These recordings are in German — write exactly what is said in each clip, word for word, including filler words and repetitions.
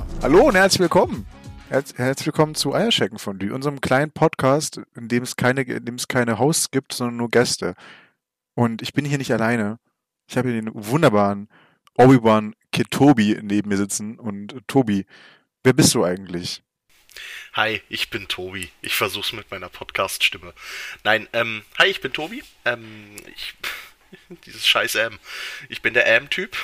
Ja, hallo und herzlich willkommen. Herz, herzlich willkommen zu Eierscheckenfondue, unserem kleinen Podcast, in dem es keine, in dem es keine Hosts gibt, sondern nur Gäste. Und ich bin hier nicht alleine. Ich habe hier den wunderbaren Obi-Wan Kenobi neben mir sitzen. Und äh, Tobi, wer bist du eigentlich? Hi, ich bin Tobi. Ich versuch's mit meiner Podcast-Stimme. Nein, ähm, hi, ich bin Tobi. Ähm, ich, dieses scheiß Ähm. Ich bin der Ähm-Typ.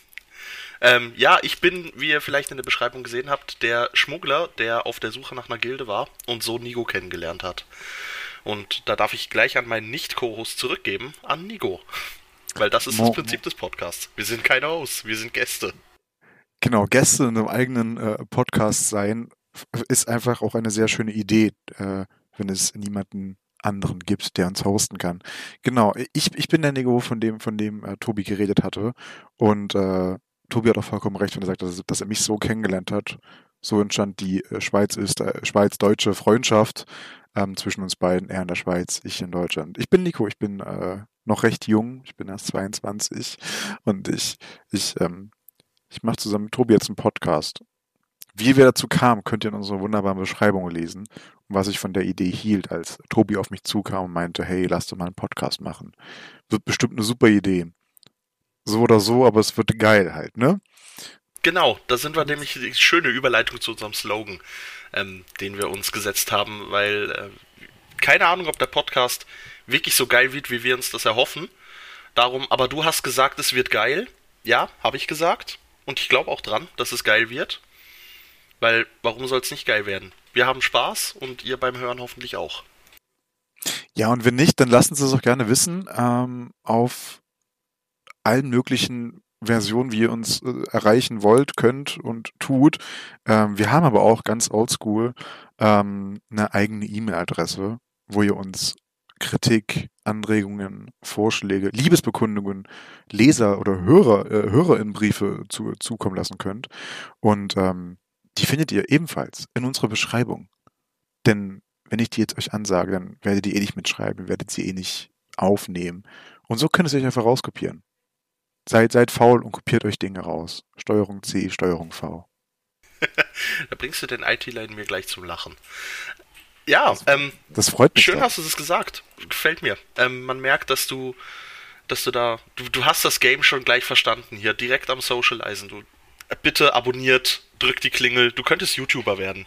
Ähm, ja, ich bin, wie ihr vielleicht in der Beschreibung gesehen habt, der Schmuggler, der auf der Suche nach einer Gilde war und so Nigo kennengelernt hat. Und da darf ich gleich an meinen Nicht-Co-Host zurückgeben, an Nigo. Weil das ist das Mo, Mo. Prinzip des Podcasts. Wir sind keine Hosts, wir sind Gäste. Genau, Gäste in einem eigenen äh, Podcast sein, f- ist einfach auch eine sehr schöne Idee, äh, wenn es niemanden anderen gibt, der uns hosten kann. Genau, ich, ich bin der Nico, von dem, von dem äh, Tobi geredet hatte. Und äh, Tobi hat auch vollkommen recht, wenn er sagt, dass, dass er mich so kennengelernt hat. So entstand die äh, Schweiz-Öster- Schweiz-deutsche Freundschaft ähm, zwischen uns beiden, er in der Schweiz, ich in Deutschland. Ich bin Nico, ich bin äh, noch recht jung, ich bin erst zweiundzwanzig und ich, ich ähm, ich mache zusammen mit Tobi jetzt einen Podcast. Wie wir dazu kamen, könnt ihr in unserer wunderbaren Beschreibung lesen. Und was ich von der Idee hielt, als Tobi auf mich zukam und meinte, hey, lass doch mal einen Podcast machen. Wird bestimmt eine super Idee. So oder so, aber es wird geil halt, ne? Genau, da sind wir nämlich die schöne Überleitung zu unserem Slogan, ähm, den wir uns gesetzt haben, weil äh, keine Ahnung, ob der Podcast wirklich so geil wird, wie wir uns das erhoffen. Darum, aber du hast gesagt, es wird geil. Ja, habe ich gesagt. Und ich glaube auch dran, dass es geil wird. Weil, warum soll es nicht geil werden? Wir haben Spaß und ihr beim Hören hoffentlich auch. Ja, und wenn nicht, dann lassen Sie es auch gerne wissen, ähm, auf allen möglichen Versionen, wie ihr uns äh, erreichen wollt, könnt und tut. Ähm, wir haben aber auch ganz oldschool ähm, eine eigene E-Mail-Adresse, wo ihr uns Kritik, Anregungen, Vorschläge, Liebesbekundungen, Leser- oder Hörer, äh, Hörerinnenbriefe zu, zukommen lassen könnt. Und ähm, die findet ihr ebenfalls in unserer Beschreibung. Denn wenn ich die jetzt euch ansage, dann werdet ihr eh nicht mitschreiben, werdet sie eh nicht aufnehmen. Und so könnt ihr es euch einfach rauskopieren. Seid, seid faul und kopiert euch Dinge raus. Steuerung C, Steuerung V. Da bringst du den I T-Ler in mir gleich zum Lachen. Ja, Das, ähm, das freut mich schön doch. hast du das gesagt. Gefällt mir. Ähm, man merkt, dass du, dass du da, du, du hast das Game schon gleich verstanden hier, direkt am Socializen. Du, äh, bitte abonniert, drück die Klingel. Du könntest YouTuber werden.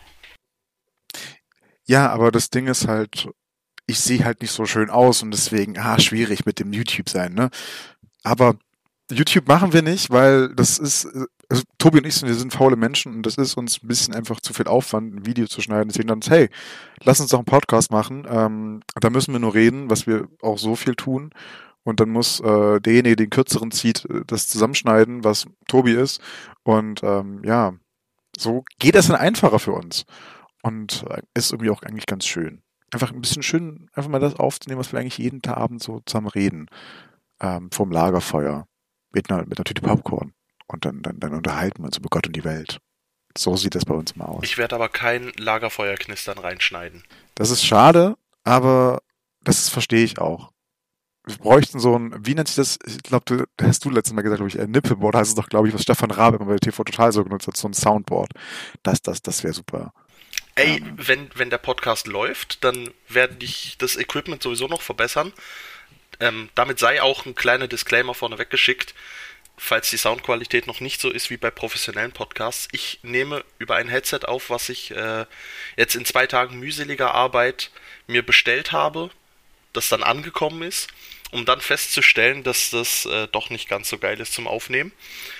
Ja, aber das Ding ist halt, ich sehe halt nicht so schön aus und deswegen, ah, schwierig mit dem YouTube sein, ne? Aber YouTube machen wir nicht, weil das ist, äh, also Tobi und ich sind, wir sind faule Menschen und das ist uns ein bisschen einfach zu viel Aufwand, ein Video zu schneiden. Deswegen dann, hey, lass uns doch einen Podcast machen. Ähm, da müssen wir nur reden, was wir auch so viel tun. Und dann muss äh, derjenige, der den kürzeren zieht, äh, das zusammenschneiden, was Tobi ist. Und ähm, ja, so geht das dann einfacher für uns. Und äh, ist irgendwie auch eigentlich ganz schön. Einfach ein bisschen schön, einfach mal das aufzunehmen, was wir eigentlich jeden Tag Abend so zusammen reden. Ähm, vorm Lagerfeuer. Mit einer, mit einer Tüte Popcorn. Und dann, dann, dann unterhalten wir uns über Gott und die Welt. So sieht das bei uns immer aus. Ich werde aber kein Lagerfeuerknistern reinschneiden. Das ist schade, aber das verstehe ich auch. Wir bräuchten so ein, wie nennt sich das? Ich glaube, du hast du letztes Mal gesagt, glaube ich, ein Nippelboard heißt es doch, glaube ich, was Stefan Raab immer bei T V Total so genutzt hat, so ein Soundboard. Das, das, das wäre super. Ey, Ähm, wenn, wenn der Podcast läuft, dann werde ich das Equipment sowieso noch verbessern. Ähm, damit sei auch ein kleiner Disclaimer vorneweg geschickt, falls die Soundqualität noch nicht so ist wie bei professionellen Podcasts. Ich nehme über ein Headset auf, was ich äh, jetzt in zwei Tagen mühseliger Arbeit mir bestellt habe, das dann angekommen ist, um dann festzustellen, dass das äh, doch nicht ganz so geil ist zum Aufnehmen.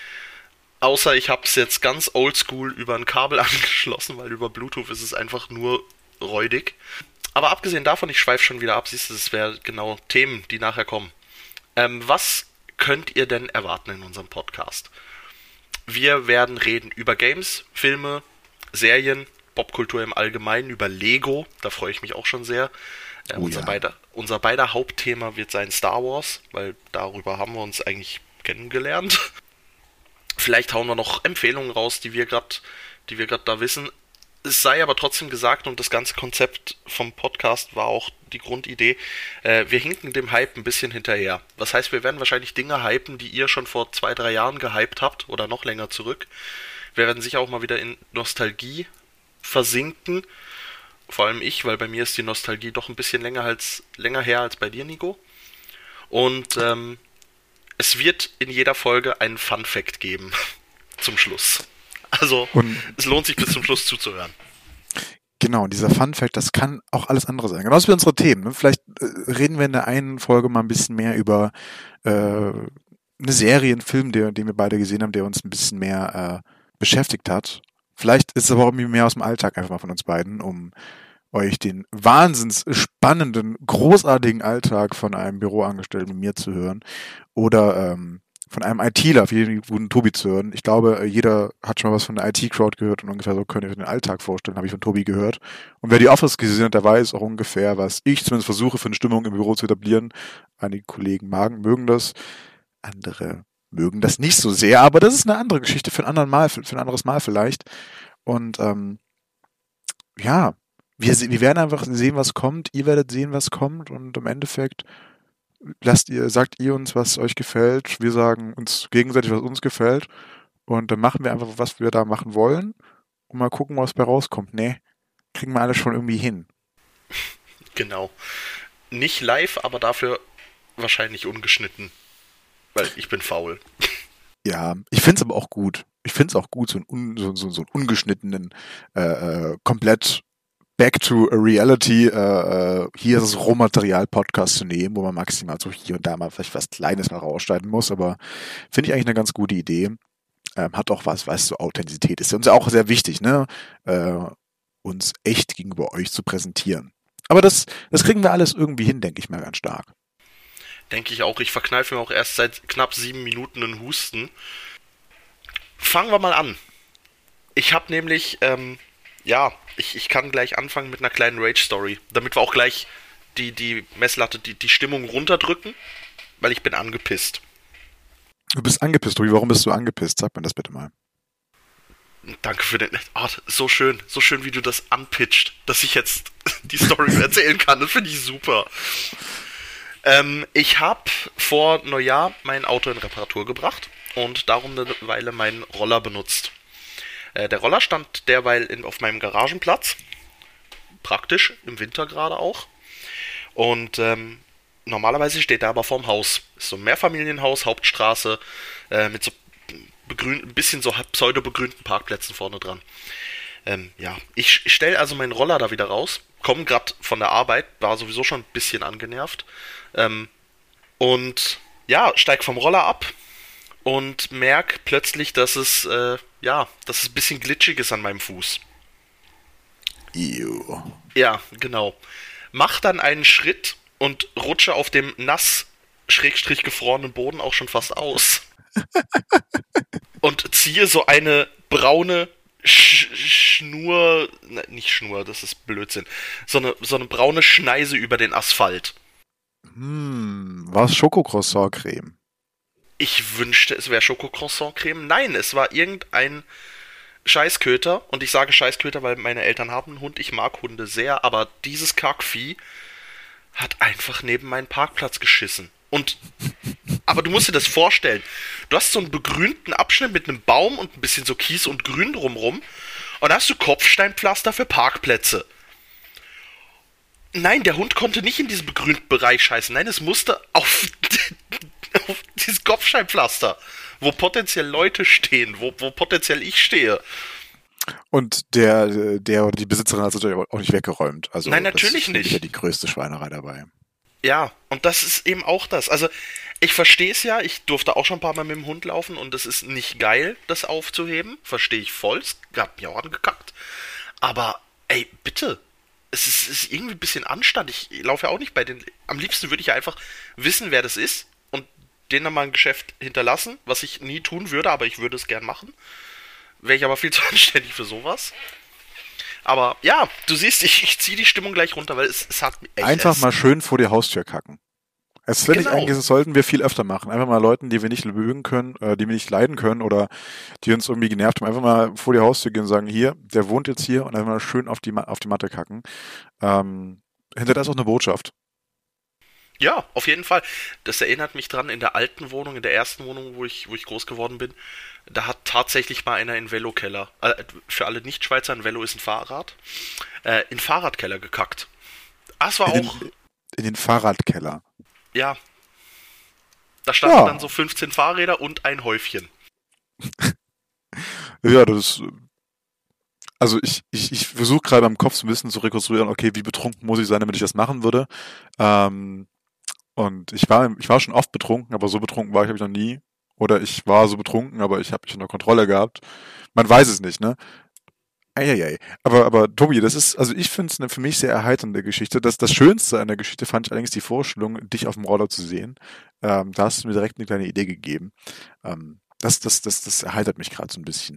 Außer ich habe es jetzt ganz oldschool über ein Kabel angeschlossen, weil über Bluetooth ist es einfach nur räudig. Aber abgesehen davon, ich schweife schon wieder ab, siehst du, das wäre genau Themen, die nachher kommen. Ähm, was könnt ihr denn erwarten in unserem Podcast? Wir werden reden über Games, Filme, Serien, Popkultur im Allgemeinen, über Lego, da freue ich mich auch schon sehr. Äh, oh unser, ja. beider, unser beider Hauptthema wird sein Star Wars, weil darüber haben wir uns eigentlich kennengelernt. Vielleicht hauen wir noch Empfehlungen raus, die wir gerade die wir gerade da wissen. Es sei aber trotzdem gesagt, und das ganze Konzept vom Podcast war auch die Grundidee, äh, wir hinken dem Hype ein bisschen hinterher. Das heißt, wir werden wahrscheinlich Dinge hypen, die ihr schon vor zwei, drei Jahren gehypt habt oder noch länger zurück. Wir werden sicher auch mal wieder in Nostalgie versinken. Vor allem ich, weil bei mir ist die Nostalgie doch ein bisschen länger, als, länger her als bei dir, Nico. Und ähm, es wird in jeder Folge einen Fun-Fact geben. Zum Schluss. Also, und es lohnt sich bis zum Schluss zuzuhören. Genau, dieser Fun-Fact, das kann auch alles andere sein. Genauso wie unsere Themen. Ne? Vielleicht äh, reden wir in der einen Folge mal ein bisschen mehr über äh, eine Serie, einen Film, der, den wir beide gesehen haben, der uns ein bisschen mehr äh, beschäftigt hat. Vielleicht ist es aber auch irgendwie mehr aus dem Alltag einfach mal von uns beiden, um euch den wahnsinns spannenden, großartigen Alltag von einem Büroangestellten mit mir zu hören oder ähm, von einem ITler, wie den guten Tobi zu hören. Ich glaube, jeder hat schon mal was von der I T-Crowd gehört und ungefähr so könnt ihr euch den Alltag vorstellen, habe ich von Tobi gehört. Und wer die Office gesehen hat, der weiß auch ungefähr, was ich zumindest versuche, für eine Stimmung im Büro zu etablieren. Einige Kollegen magen, mögen das, andere mögen das nicht so sehr, aber das ist eine andere Geschichte für ein anderen Mal, für, für ein anderes Mal vielleicht. Und ähm, ja, wir, wir werden einfach sehen, was kommt. Ihr werdet sehen, was kommt. Und im Endeffekt lasst ihr, sagt ihr uns, was euch gefällt. Wir sagen uns gegenseitig, was uns gefällt. Und dann machen wir einfach, was wir da machen wollen. Und mal gucken, was bei rauskommt. Nee, kriegen wir alles schon irgendwie hin. Genau. Nicht live, aber dafür wahrscheinlich ungeschnitten. Weil ich bin faul. Ja, ich find's aber auch gut. Ich find's auch gut, so einen, un, so, so, so einen ungeschnittenen, äh, äh, komplett back to a reality, äh, hier ist das Rohmaterial-Podcast zu nehmen, wo man maximal so hier und da mal vielleicht was Kleines mal rausschneiden muss, aber finde ich eigentlich eine ganz gute Idee. Ähm, hat auch was, weißt du, Authentizität ist ja uns auch sehr wichtig, ne? Äh, uns echt gegenüber euch zu präsentieren. Aber das, das kriegen wir alles irgendwie hin, denke ich mal ganz stark. Denke ich auch. Ich verkneife mir auch erst seit knapp sieben Minuten einen Husten. Fangen wir mal an. Ich habe nämlich, ähm, ja, ich, ich kann gleich anfangen mit einer kleinen Rage-Story, damit wir auch gleich die, die Messlatte, die, die Stimmung runterdrücken, weil ich bin angepisst. Du bist angepisst, Tobi. Warum bist du angepisst? Sag mir das bitte mal. Danke für den... Oh, so schön, so schön, wie du das anpitcht, dass ich jetzt die Story erzählen kann. Das finde ich super. Ähm, ich habe vor Neujahr mein Auto in Reparatur gebracht und darum eine Weile meinen Roller benutzt. Äh, der Roller stand derweil in, auf meinem Garagenplatz. Praktisch, im Winter gerade auch. Und ähm, normalerweise steht er aber vorm Haus. Ist so ein Mehrfamilienhaus, Hauptstraße, äh, mit so begrün, ein bisschen so pseudo-begrünten Parkplätzen vorne dran. Ähm, ja, ich stelle also meinen Roller da wieder raus, komme gerade von der Arbeit, war sowieso schon ein bisschen angenervt. Ähm, und ja, steig vom Roller ab und merke plötzlich, dass es, äh, ja, dass es ein bisschen glitschig ist an meinem Fuß. Ew. Ja, genau. Mach dann einen Schritt und rutsche auf dem nass, schrägstrich gefrorenen Boden auch schon fast aus. Und ziehe so eine braune Sch- Schnur, ne, nicht Schnur, das ist Blödsinn, so eine, so eine braune Schneise über den Asphalt. Hm, war es Schokocroissant-Creme? Ich wünschte, es wäre Schokocroissant-Creme. Nein, es war irgendein Scheißköter. Und ich sage Scheißköter, weil meine Eltern haben einen Hund. Ich mag Hunde sehr, aber dieses Kackvieh hat einfach neben meinen Parkplatz geschissen. Und, aber du musst dir das vorstellen. Du hast so einen begrünten Abschnitt mit einem Baum und ein bisschen so Kies und Grün drumrum. Und da hast du Kopfsteinpflaster für Parkplätze. Nein, der Hund konnte nicht in diesem begrünten Bereich scheißen. Nein, es musste auf, auf dieses Kopfsteinpflaster, wo potenziell Leute stehen, wo, wo potenziell ich stehe. Und der, der oder die Besitzerin hat es natürlich auch nicht weggeräumt. Also Nein, natürlich das nicht. ist ja die größte Schweinerei dabei. Ja, und das ist eben auch das. Also, ich verstehe es ja, ich durfte auch schon ein paar Mal mit dem Hund laufen und es ist nicht geil, das aufzuheben. Verstehe ich voll, es hat mich auch angekackt. Aber, ey, bitte. Es ist, es ist irgendwie ein bisschen Anstand. Ich laufe ja auch nicht bei den... Am liebsten würde ich ja einfach wissen, wer das ist und denen dann mal ein Geschäft hinterlassen, was ich nie tun würde, aber ich würde es gern machen. Wäre ich aber viel zu anständig für sowas. Aber ja, du siehst, ich, ich ziehe die Stimmung gleich runter, weil es, es hat... Ey, Einfach es, mal schön vor die Haustür kacken. Es finde Genau. ich eigentlich, das sollten wir viel öfter machen. Einfach mal Leuten, die wir nicht mögen können, äh, die wir nicht leiden können oder die uns irgendwie genervt haben, einfach mal vor die Haustür gehen und sagen, hier, der wohnt jetzt hier und einfach mal schön auf die, Ma- auf die Matte kacken. Ähm, hinterlässt auch eine Botschaft. Ja, auf jeden Fall. Das erinnert mich dran, in der alten Wohnung, in der ersten Wohnung, wo ich, wo ich groß geworden bin, da hat tatsächlich mal einer in Velokeller, äh, für alle Nicht-Schweizer, ein Velo ist ein Fahrrad, äh, in Fahrradkeller gekackt. Ah, es war In auch, den, in den Fahrradkeller. ja, da standen dann Ja, so fünfzehn Fahrräder und ein Häufchen. ja, das ist, also ich, ich, ich versuche gerade am Kopf so ein bisschen zu rekonstruieren, okay, wie betrunken muss ich sein, damit ich das machen würde. Ähm, und ich war, ich war schon oft betrunken, aber so betrunken war ich, glaube ich, noch nie. Oder ich war so betrunken, aber ich habe mich unter Kontrolle gehabt. Man weiß es nicht, ne? Eieiei. Aber, aber Tobi, das ist, also ich finde es eine für mich sehr erheiternde Geschichte. Das, das Schönste an der Geschichte fand ich allerdings die Vorstellung, dich auf dem Roller zu sehen. Ähm, da hast du mir direkt eine kleine Idee gegeben. Ähm, das, das, das, das erheitert mich gerade so ein bisschen.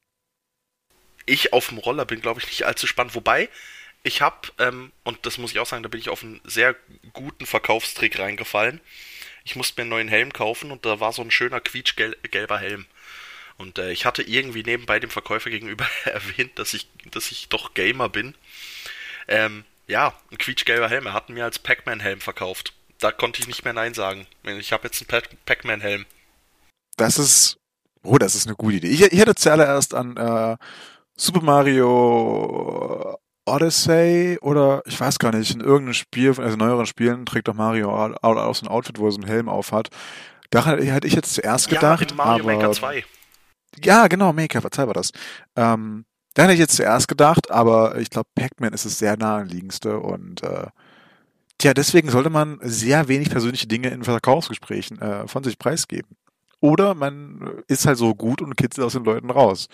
Ich auf dem Roller bin, glaube ich, nicht allzu spannend. Wobei, ich habe, ähm, und das muss ich auch sagen, da bin ich auf einen sehr guten Verkaufstrick reingefallen. Ich musste mir einen neuen Helm kaufen und da war so ein schöner quietschgelber Helm. Und äh, ich hatte irgendwie nebenbei dem Verkäufer gegenüber erwähnt, dass ich, dass ich doch Gamer bin. Ähm, ja, ein quietschgelber Helm. Er hat ihn mir als Pac-Man-Helm verkauft. Da konnte ich nicht mehr Nein sagen. Ich habe jetzt einen Pac- Pac-Man-Helm. Das ist, oh, das ist eine gute Idee. Ich, ich hätte zuallererst an äh, Super Mario Odyssey oder ich weiß gar nicht, in irgendeinem Spiel, also neueren Spielen trägt doch Mario au- au- auch so ein Outfit, wo er so einen Helm auf hat. Daran hätte ich jetzt zuerst Ja, im gedacht, Mario Maker aber zwei. ja, genau, Maker, verzeih war das. Ähm, daran hätte ich jetzt zuerst gedacht, aber ich glaube, Pac-Man ist das sehr naheliegendste und äh, tja, deswegen sollte man sehr wenig persönliche Dinge in Verkaufsgesprächen äh, von sich preisgeben. Oder man ist halt so gut und kitzelt aus den Leuten raus.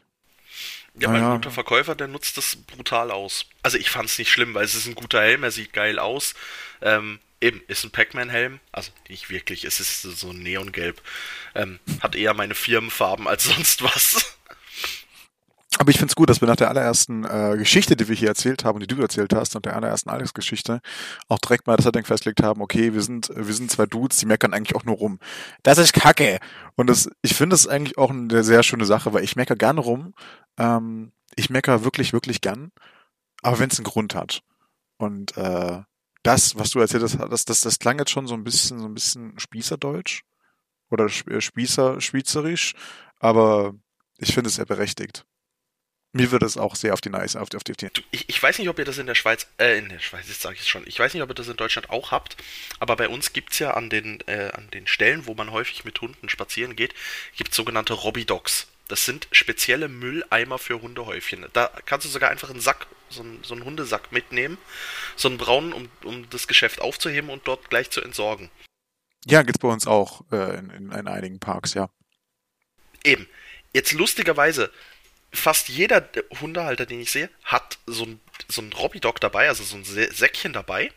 Ja, weil ein guter Naja, Verkäufer, der nutzt das brutal aus. Also ich fand's nicht schlimm, weil es ist ein guter Helm, er sieht geil aus. Ähm, eben, ist ein Pac-Man-Helm. Also nicht wirklich, es ist so neongelb. Ähm, hat eher meine Firmenfarben als sonst was. aber ich finde es gut, dass wir nach der allerersten äh, Geschichte, die wir hier erzählt haben, die du erzählt hast, und der allerersten Alex-Geschichte, auch direkt mal das Setting festgelegt haben, okay, wir sind, wir sind zwei Dudes, die meckern eigentlich auch nur rum. Das ist Kacke. Und das, ich finde das eigentlich auch eine sehr schöne Sache, weil ich meckere gerne rum. Ähm, ich meckere wirklich, wirklich gern, aber wenn es einen Grund hat. Und äh, das, was du erzählt hast, das, das, das klang jetzt schon so ein bisschen, so ein bisschen Spießerdeutsch oder Sp- äh, Spießer, Schweizerisch, aber ich finde es sehr berechtigt. Mir wird es auch sehr auf die Nice, auf die, auf die, auf die. Du, ich, ich weiß nicht, ob ihr das in der Schweiz, äh, in der Schweiz, jetzt sage ich es schon, ich weiß nicht, ob ihr das in Deutschland auch habt, aber bei uns gibt's ja an den, äh, an den Stellen, wo man häufig mit Hunden spazieren geht, gibt's sogenannte Robby-Dogs. Das sind spezielle Mülleimer für Hundehäufchen. Da kannst du sogar einfach einen Sack, so einen, so einen Hundesack mitnehmen, so einen braunen, um, um das Geschäft aufzuheben und dort gleich zu entsorgen. Ja, gibt's bei uns auch äh, in, in, in einigen Parks, ja. Eben. Jetzt lustigerweise, fast jeder Hundehalter, den ich sehe, hat so ein, so ein Robby-Dog dabei, also so ein Säckchen dabei.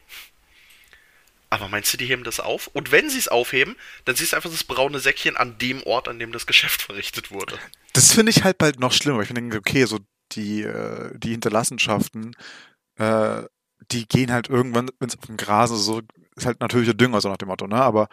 Aber meinst du, die heben das auf? Und wenn sie es aufheben, dann siehst du einfach das braune Säckchen an dem Ort, an dem das Geschäft verrichtet wurde. Das finde ich halt bald noch schlimmer. Ich finde, okay, so die, äh, die Hinterlassenschaften, äh, die gehen halt irgendwann, wenn es auf dem Gras ist, so, ist halt natürlicher Dünger, so nach dem Motto, ne? Aber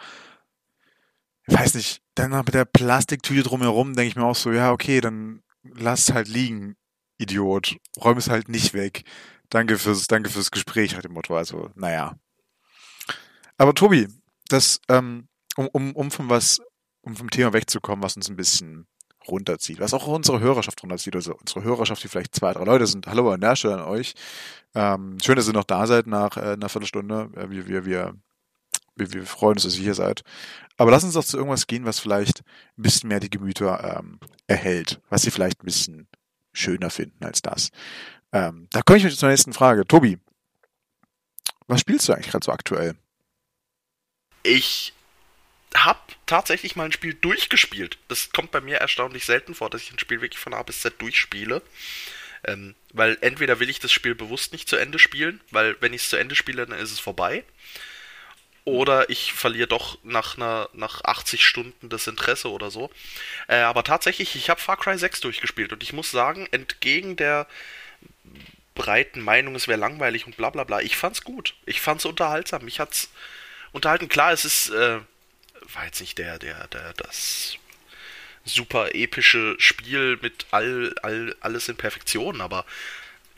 ich weiß nicht, dann noch mit der Plastiktüte drumherum, denke ich mir auch so, ja, okay, dann lass halt liegen, Idiot. Räum es halt nicht weg. Danke fürs, danke fürs Gespräch, nach dem Motto. Also, naja. Aber Tobi, das, ähm, um, um, um von was, um vom Thema wegzukommen, was uns ein bisschen runterzieht, was auch unsere Hörerschaft runterzieht, also unsere Hörerschaft, die vielleicht zwei, drei Leute sind. Hallo an der Stelle an euch. Ähm, schön, dass ihr noch da seid nach äh, einer Viertelstunde. Äh, wir, wir, wir, wir, wir freuen uns, dass ihr hier seid. Aber lass uns doch zu irgendwas gehen, was vielleicht ein bisschen mehr die Gemüter ähm, erhält, was sie vielleicht ein bisschen schöner finden als das. Ähm, da komme ich zur nächsten Frage. Tobi, was spielst du eigentlich gerade so aktuell? Ich habe tatsächlich mal ein Spiel durchgespielt. Das kommt bei mir erstaunlich selten vor, dass ich ein Spiel wirklich von A bis Z durchspiele. Ähm, weil entweder will ich das Spiel bewusst nicht zu Ende spielen, weil wenn ich es zu Ende spiele, dann ist es vorbei. Oder ich verliere doch nach, einer, nach achtzig Stunden das Interesse oder so. Äh, aber tatsächlich, ich habe Far Cry sechs durchgespielt und ich muss sagen, entgegen der breiten Meinung, es wäre langweilig und bla bla bla, ich fand's gut. Ich fand's unterhaltsam. Mich hat's unterhalten. Klar, es ist, äh, war jetzt nicht der, der, der, das super epische Spiel mit all, all, alles in Perfektion, aber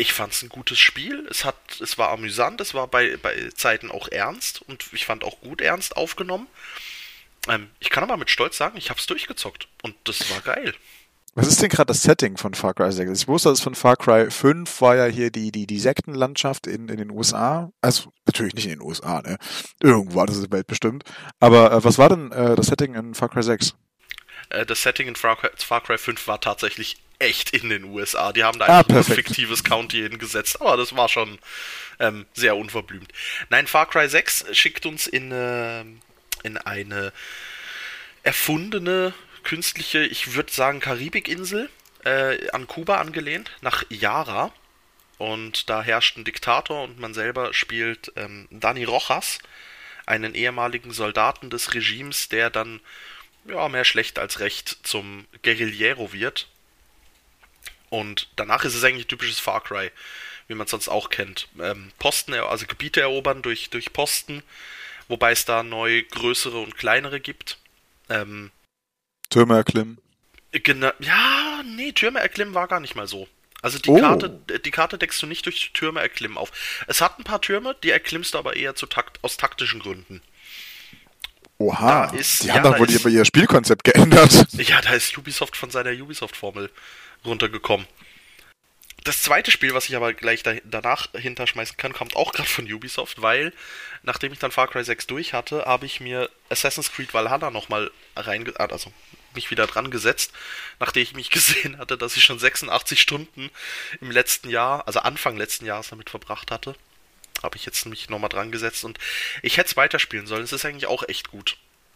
Ich fand es ein gutes Spiel. Es hat, es war amüsant, es war bei, bei Zeiten auch ernst und ich fand auch gut ernst aufgenommen. Ähm, ich kann aber mit Stolz sagen, ich habe es durchgezockt und das war geil. Was ist denn gerade das Setting von Far Cry sechs? Ich wusste, dass von Far Cry fünf war ja hier die, die, die Sektenlandschaft in, in den U S A. Also natürlich nicht in den U S A, ne? Irgendwo war das in der Welt bestimmt. Aber äh, was war denn äh, das Setting in Far Cry sechs? Äh, das Setting in Far Cry, Far Cry fünf war tatsächlich echt in den U S A. Die haben da Ah, einfach nur ein perfekt. fiktives County hingesetzt, aber das war schon ähm, sehr unverblümt. Nein, Far Cry sechs schickt uns in, äh, in eine erfundene, künstliche, ich würde sagen Karibikinsel, äh, an Kuba angelehnt, nach Yara. Und da herrscht ein Diktator und man selber spielt ähm, Dani Rojas, einen ehemaligen Soldaten des Regimes, der dann ja mehr schlecht als recht zum Guerillero wird. Und danach ist es eigentlich typisches Far Cry, wie man es sonst auch kennt. Ähm, Posten, also Gebiete erobern durch, durch Posten, wobei es da neu größere und kleinere gibt. Ähm, Türme erklimmen. Genau, ja, nee, Türme erklimmen war gar nicht mal so. Also die Oh. Karte, die Karte deckst du nicht durch Türme erklimmen auf. Es hat ein paar Türme, die erklimmst du aber eher zu takt, aus taktischen Gründen. Oha, Da ist- die ja, haben doch da wohl ist- ihr, ihr Spielkonzept geändert. Ja, da ist Ubisoft von seiner Ubisoft-Formel runtergekommen. Das zweite Spiel, was ich aber gleich da, danach hinterschmeißen kann, kommt auch gerade von Ubisoft, weil, nachdem ich dann Far Cry sechs durch hatte, habe ich mir Assassin's Creed Valhalla nochmal reinge... also mich wieder dran gesetzt, nachdem ich mich gesehen hatte, dass ich schon sechsundachtzig Stunden im letzten Jahr, also Anfang letzten Jahres damit verbracht hatte, habe ich jetzt mich nochmal dran gesetzt und ich hätte es weiterspielen sollen. Es ist eigentlich auch echt gut.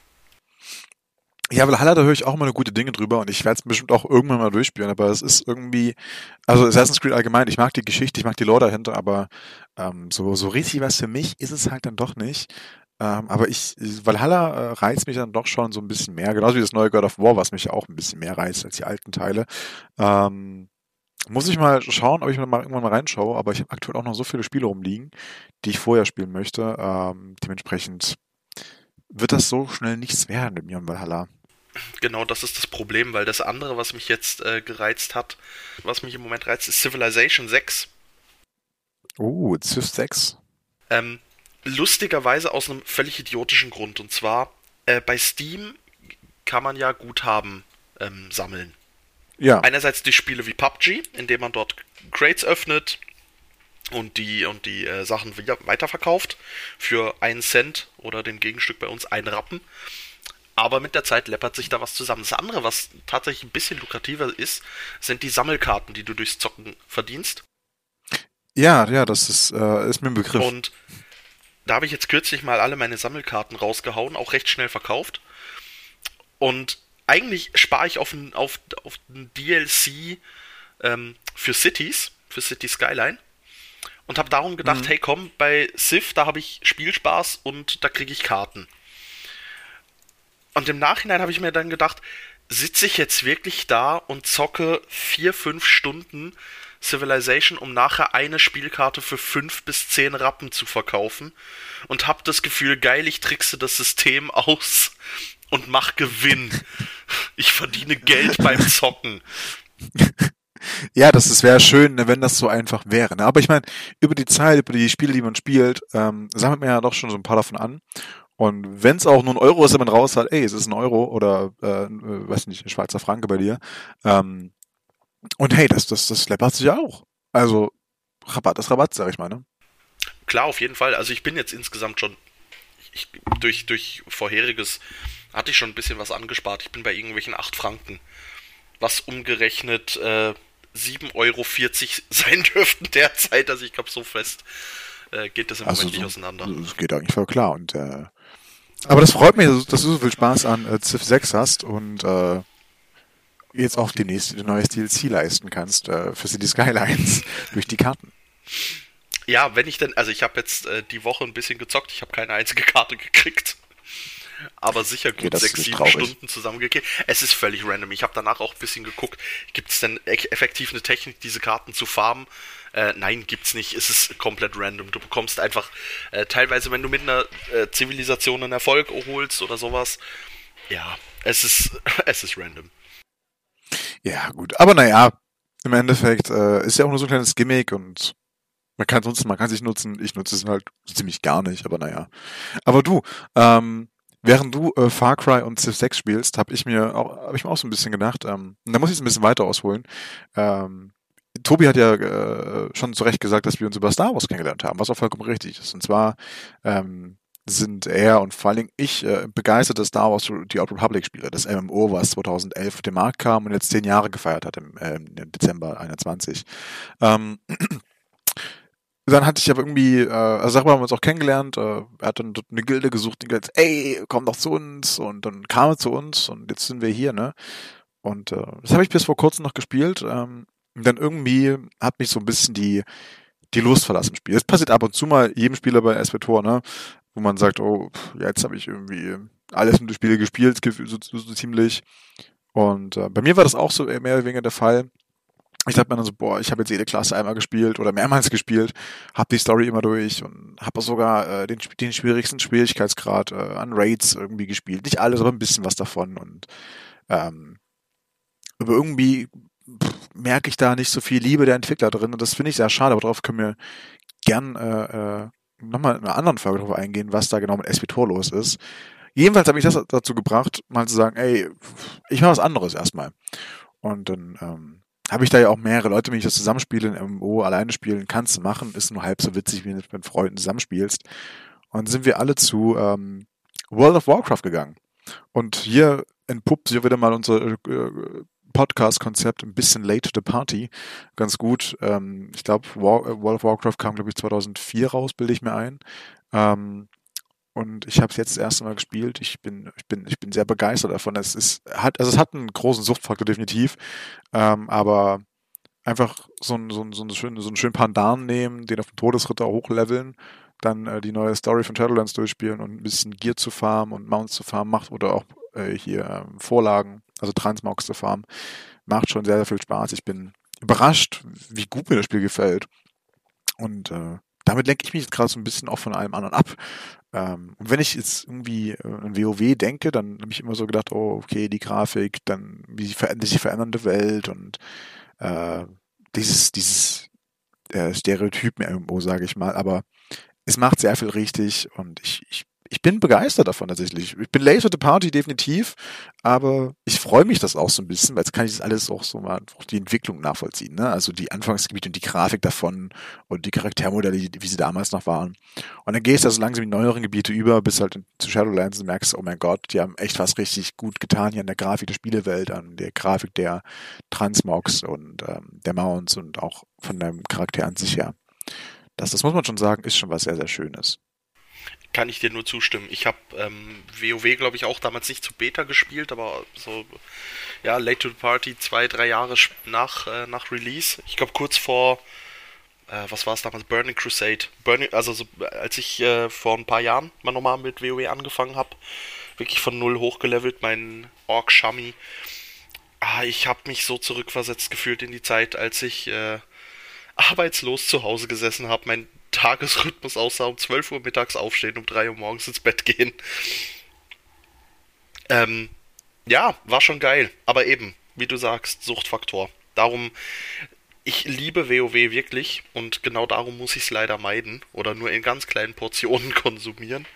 Ja, Valhalla, da höre ich auch immer eine gute Dinge drüber und ich werde es bestimmt auch irgendwann mal durchspielen, aber es ist irgendwie, also Assassin's Creed allgemein, ich mag die Geschichte, ich mag die Lore dahinter, aber ähm, so, so richtig was für mich ist es halt dann doch nicht. Ähm, aber ich, Valhalla äh, reizt mich dann doch schon so ein bisschen mehr, genauso wie das neue God of War, was mich ja auch ein bisschen mehr reizt als die alten Teile. Ähm, muss ich mal schauen, ob ich mal irgendwann mal reinschaue, aber ich habe aktuell auch noch so viele Spiele rumliegen, die ich vorher spielen möchte. Ähm, dementsprechend wird das so schnell nichts werden mit mir und Valhalla. Genau, das ist das Problem, weil das andere, was mich jetzt äh, gereizt hat, was mich im Moment reizt, ist Civilization sechs. Oh, Civ sechs. Ähm, lustigerweise aus einem völlig idiotischen Grund. Und zwar, äh, bei Steam kann man ja Guthaben ähm, sammeln. Ja. Einerseits die Spiele wie P U B G, indem man dort Crates öffnet und die, und die äh, Sachen wieder weiterverkauft für einen Cent oder dem Gegenstück bei uns einen Rappen. Aber mit der Zeit läppert sich da was zusammen. Das andere, was tatsächlich ein bisschen lukrativer ist, sind die Sammelkarten, die du durchs Zocken verdienst. Ja, ja, das ist, äh, ist mir ein Begriff. Und da habe ich jetzt kürzlich mal alle meine Sammelkarten rausgehauen, auch recht schnell verkauft. Und eigentlich spare ich auf ein, auf, auf ein D L C ähm, für Cities, für City Skyline. Und habe darum gedacht, Mhm. hey komm, bei Civ, da habe ich Spielspaß und da kriege ich Karten. Und im Nachhinein habe ich mir dann gedacht, sitze ich jetzt wirklich da und zocke vier, fünf Stunden Civilization, um nachher eine Spielkarte für fünf bis zehn Rappen zu verkaufen und hab das Gefühl, geil, ich trickse das System aus und mach Gewinn. Ich verdiene Geld beim Zocken. Ja, das, das wäre schön, ne, wenn das so einfach wäre. Ne? Aber ich meine, über die Zeit, über die Spiele, die man spielt, ähm, sammelt man ja doch schon so ein paar davon an. Und wenn es auch nur ein Euro ist, wenn man raus hat, ey, es ist ein Euro oder, äh, äh, weiß nicht, ein Schweizer Franke bei dir. Ähm, und hey, das, das, das läppert sich ja auch. Also, Rabatt ist Rabatt, sag ich mal, ne? Klar, auf jeden Fall. Also ich bin jetzt insgesamt schon, ich, durch, durch vorheriges hatte ich schon ein bisschen was angespart. Ich bin bei irgendwelchen acht Franken. Was umgerechnet äh, sieben Euro vierzig sein dürften derzeit. Also ich glaube, so fest äh, geht das im Also Moment nicht so, auseinander. das geht eigentlich voll klar. Und, äh, aber das freut mich, dass dass du so viel Spaß an äh, Civ sechs hast und äh, jetzt auch demnächst ein neues D L C leisten kannst äh, für City Skylines durch die Karten. Ja, wenn ich denn, also ich habe jetzt äh, die Woche ein bisschen gezockt. Ich habe keine einzige Karte gekriegt. Aber sicher Okay, gut das sechs, ist sieben traurig. Stunden zusammengekriegt. Es ist völlig random. Ich habe danach auch ein bisschen geguckt, gibt es denn e- effektiv eine Technik, diese Karten zu farmen? Äh, nein, gibt's nicht. Es ist komplett random. Du bekommst einfach, äh, teilweise, wenn du mit einer äh, Zivilisation einen Erfolg holst oder sowas, ja, es ist, es ist random. Ja, gut. Aber naja, im Endeffekt äh, ist ja auch nur so ein kleines Gimmick und man kann es nutzen, man kann sich nutzen. Ich nutze es halt ziemlich gar nicht, aber naja. Aber du, ähm, während du äh, Far Cry und Civ sechs spielst, habe ich mir auch, habe ich mir auch so ein bisschen gedacht, ähm, und da muss ich es ein bisschen weiter ausholen. Ähm, Tobi hat ja äh, schon zu Recht gesagt, dass wir uns über Star Wars kennengelernt haben, was auch vollkommen richtig ist. Und zwar ähm, sind er und vor allen Dingen ich äh, begeisterte Star Wars The Old Republic Spiele, das M M O, was zweitausendelf auf den Markt kam und jetzt zehn Jahre gefeiert hat im, äh, im Dezember einundzwanzig. Ähm, Dann hatte ich aber irgendwie, äh, also darüber haben wir uns auch kennengelernt, äh, er hat dann dort eine Gilde gesucht, die gesagt, ey, komm doch zu uns und dann kam er zu uns und jetzt sind wir hier, ne? Und äh, das habe ich bis vor kurzem noch gespielt. Ähm, und dann irgendwie hat mich so ein bisschen die, die Lust verlassen im Spiel. Das passiert ab und zu mal jedem Spieler bei S W Tor, ne? Wo man sagt, oh, pff, ja, jetzt habe ich irgendwie alles mit den Spielen gespielt, so, so, so ziemlich. Und äh, bei mir war das auch so mehr oder weniger der Fall. Ich dachte mir dann so, boah, ich habe jetzt jede Klasse einmal gespielt oder mehrmals gespielt, habe die Story immer durch und habe sogar äh, den, den schwierigsten Schwierigkeitsgrad äh, an Raids irgendwie gespielt. Nicht alles, aber ein bisschen was davon. Und ähm, aber irgendwie pff, merke ich da nicht so viel Liebe der Entwickler drin und das finde ich sehr schade, aber darauf können wir gern äh, äh, nochmal in einer anderen Folge drauf eingehen, was da genau mit S W Tor los ist. Jedenfalls habe ich das dazu gebracht, mal zu sagen, ey, ich mache was anderes erstmal. Und dann ähm, habe ich da ja auch mehrere Leute, wenn ich das zusammenspiele, in M M O alleine spielen, kannst du machen, ist nur halb so witzig, wie wenn du mit Freunden zusammenspielst. Und dann sind wir alle zu ähm, World of Warcraft gegangen. Und hier entpuppt sich wieder mal unser äh, Podcast-Konzept ein bisschen late to the party. Ganz gut. Ähm, ich glaube, War, äh, World of Warcraft kam, glaube ich, zweitausendvier raus, bilde ich mir ein. Ähm, und ich habe es jetzt das erste Mal gespielt. Ich bin, ich bin, ich bin sehr begeistert davon. Es ist, hat, also es hat einen großen Suchtfaktor definitiv, ähm, aber einfach so einen, so einen, so einen schönen, so einen schönen Pandan nehmen, den auf den Todesritter hochleveln, dann äh, die neue Story von Shadowlands durchspielen und ein bisschen Gear zu farmen und Mounts zu farmen macht oder auch äh, hier ähm, Vorlagen, also Transmogs zu farmen, macht schon sehr, sehr viel Spaß. Ich bin überrascht, wie gut mir das Spiel gefällt. Und äh, damit lenke ich mich jetzt gerade so ein bisschen auch von allem anderen ab. Ähm, und wenn ich jetzt irgendwie äh, an WoW denke, dann habe ich immer so gedacht, oh, okay, die Grafik, dann wie sich verändert, sich verändernde Welt und äh, dieses, dieses äh, Stereotypen M M O, sage ich mal. Aber es macht sehr viel richtig und ich, ich, ich bin begeistert davon tatsächlich. Ich bin late to the party definitiv, aber ich freue mich das auch so ein bisschen, weil jetzt kann ich das alles auch so mal auch die Entwicklung nachvollziehen, ne? Also die Anfangsgebiete und die Grafik davon und die Charaktermodelle, die- wie sie damals noch waren. Und dann gehst du also langsam in die neueren Gebiete über, bis halt zu Shadowlands und merkst, oh mein Gott, die haben echt was richtig gut getan hier an der Grafik der Spielewelt, an der Grafik der Transmogs und ähm, der Mounts und auch von deinem Charakter an sich her. Das, das muss man schon sagen, ist schon was sehr, sehr Schönes. Kann ich dir nur zustimmen. Ich habe ähm, WoW, glaube ich, auch damals nicht zu Beta gespielt, aber so, ja, late to the party, zwei, drei Jahre sch- nach, äh, nach Release. Ich glaube, kurz vor, äh, was war es damals? Burning Crusade. Burning, also so, als ich äh, vor ein paar Jahren mal nochmal mit WoW angefangen habe, wirklich von null hochgelevelt, mein Orc Shami. Ah, ich habe mich so zurückversetzt gefühlt in die Zeit, als ich äh, arbeitslos zu Hause gesessen habe, mein Tagesrhythmus aussah, um zwölf Uhr mittags aufstehen, um drei Uhr morgens ins Bett gehen. Ähm, ja, war schon geil. Aber eben, wie du sagst, Suchtfaktor. Darum, ich liebe WoW wirklich und genau darum muss ich es leider meiden oder nur in ganz kleinen Portionen konsumieren.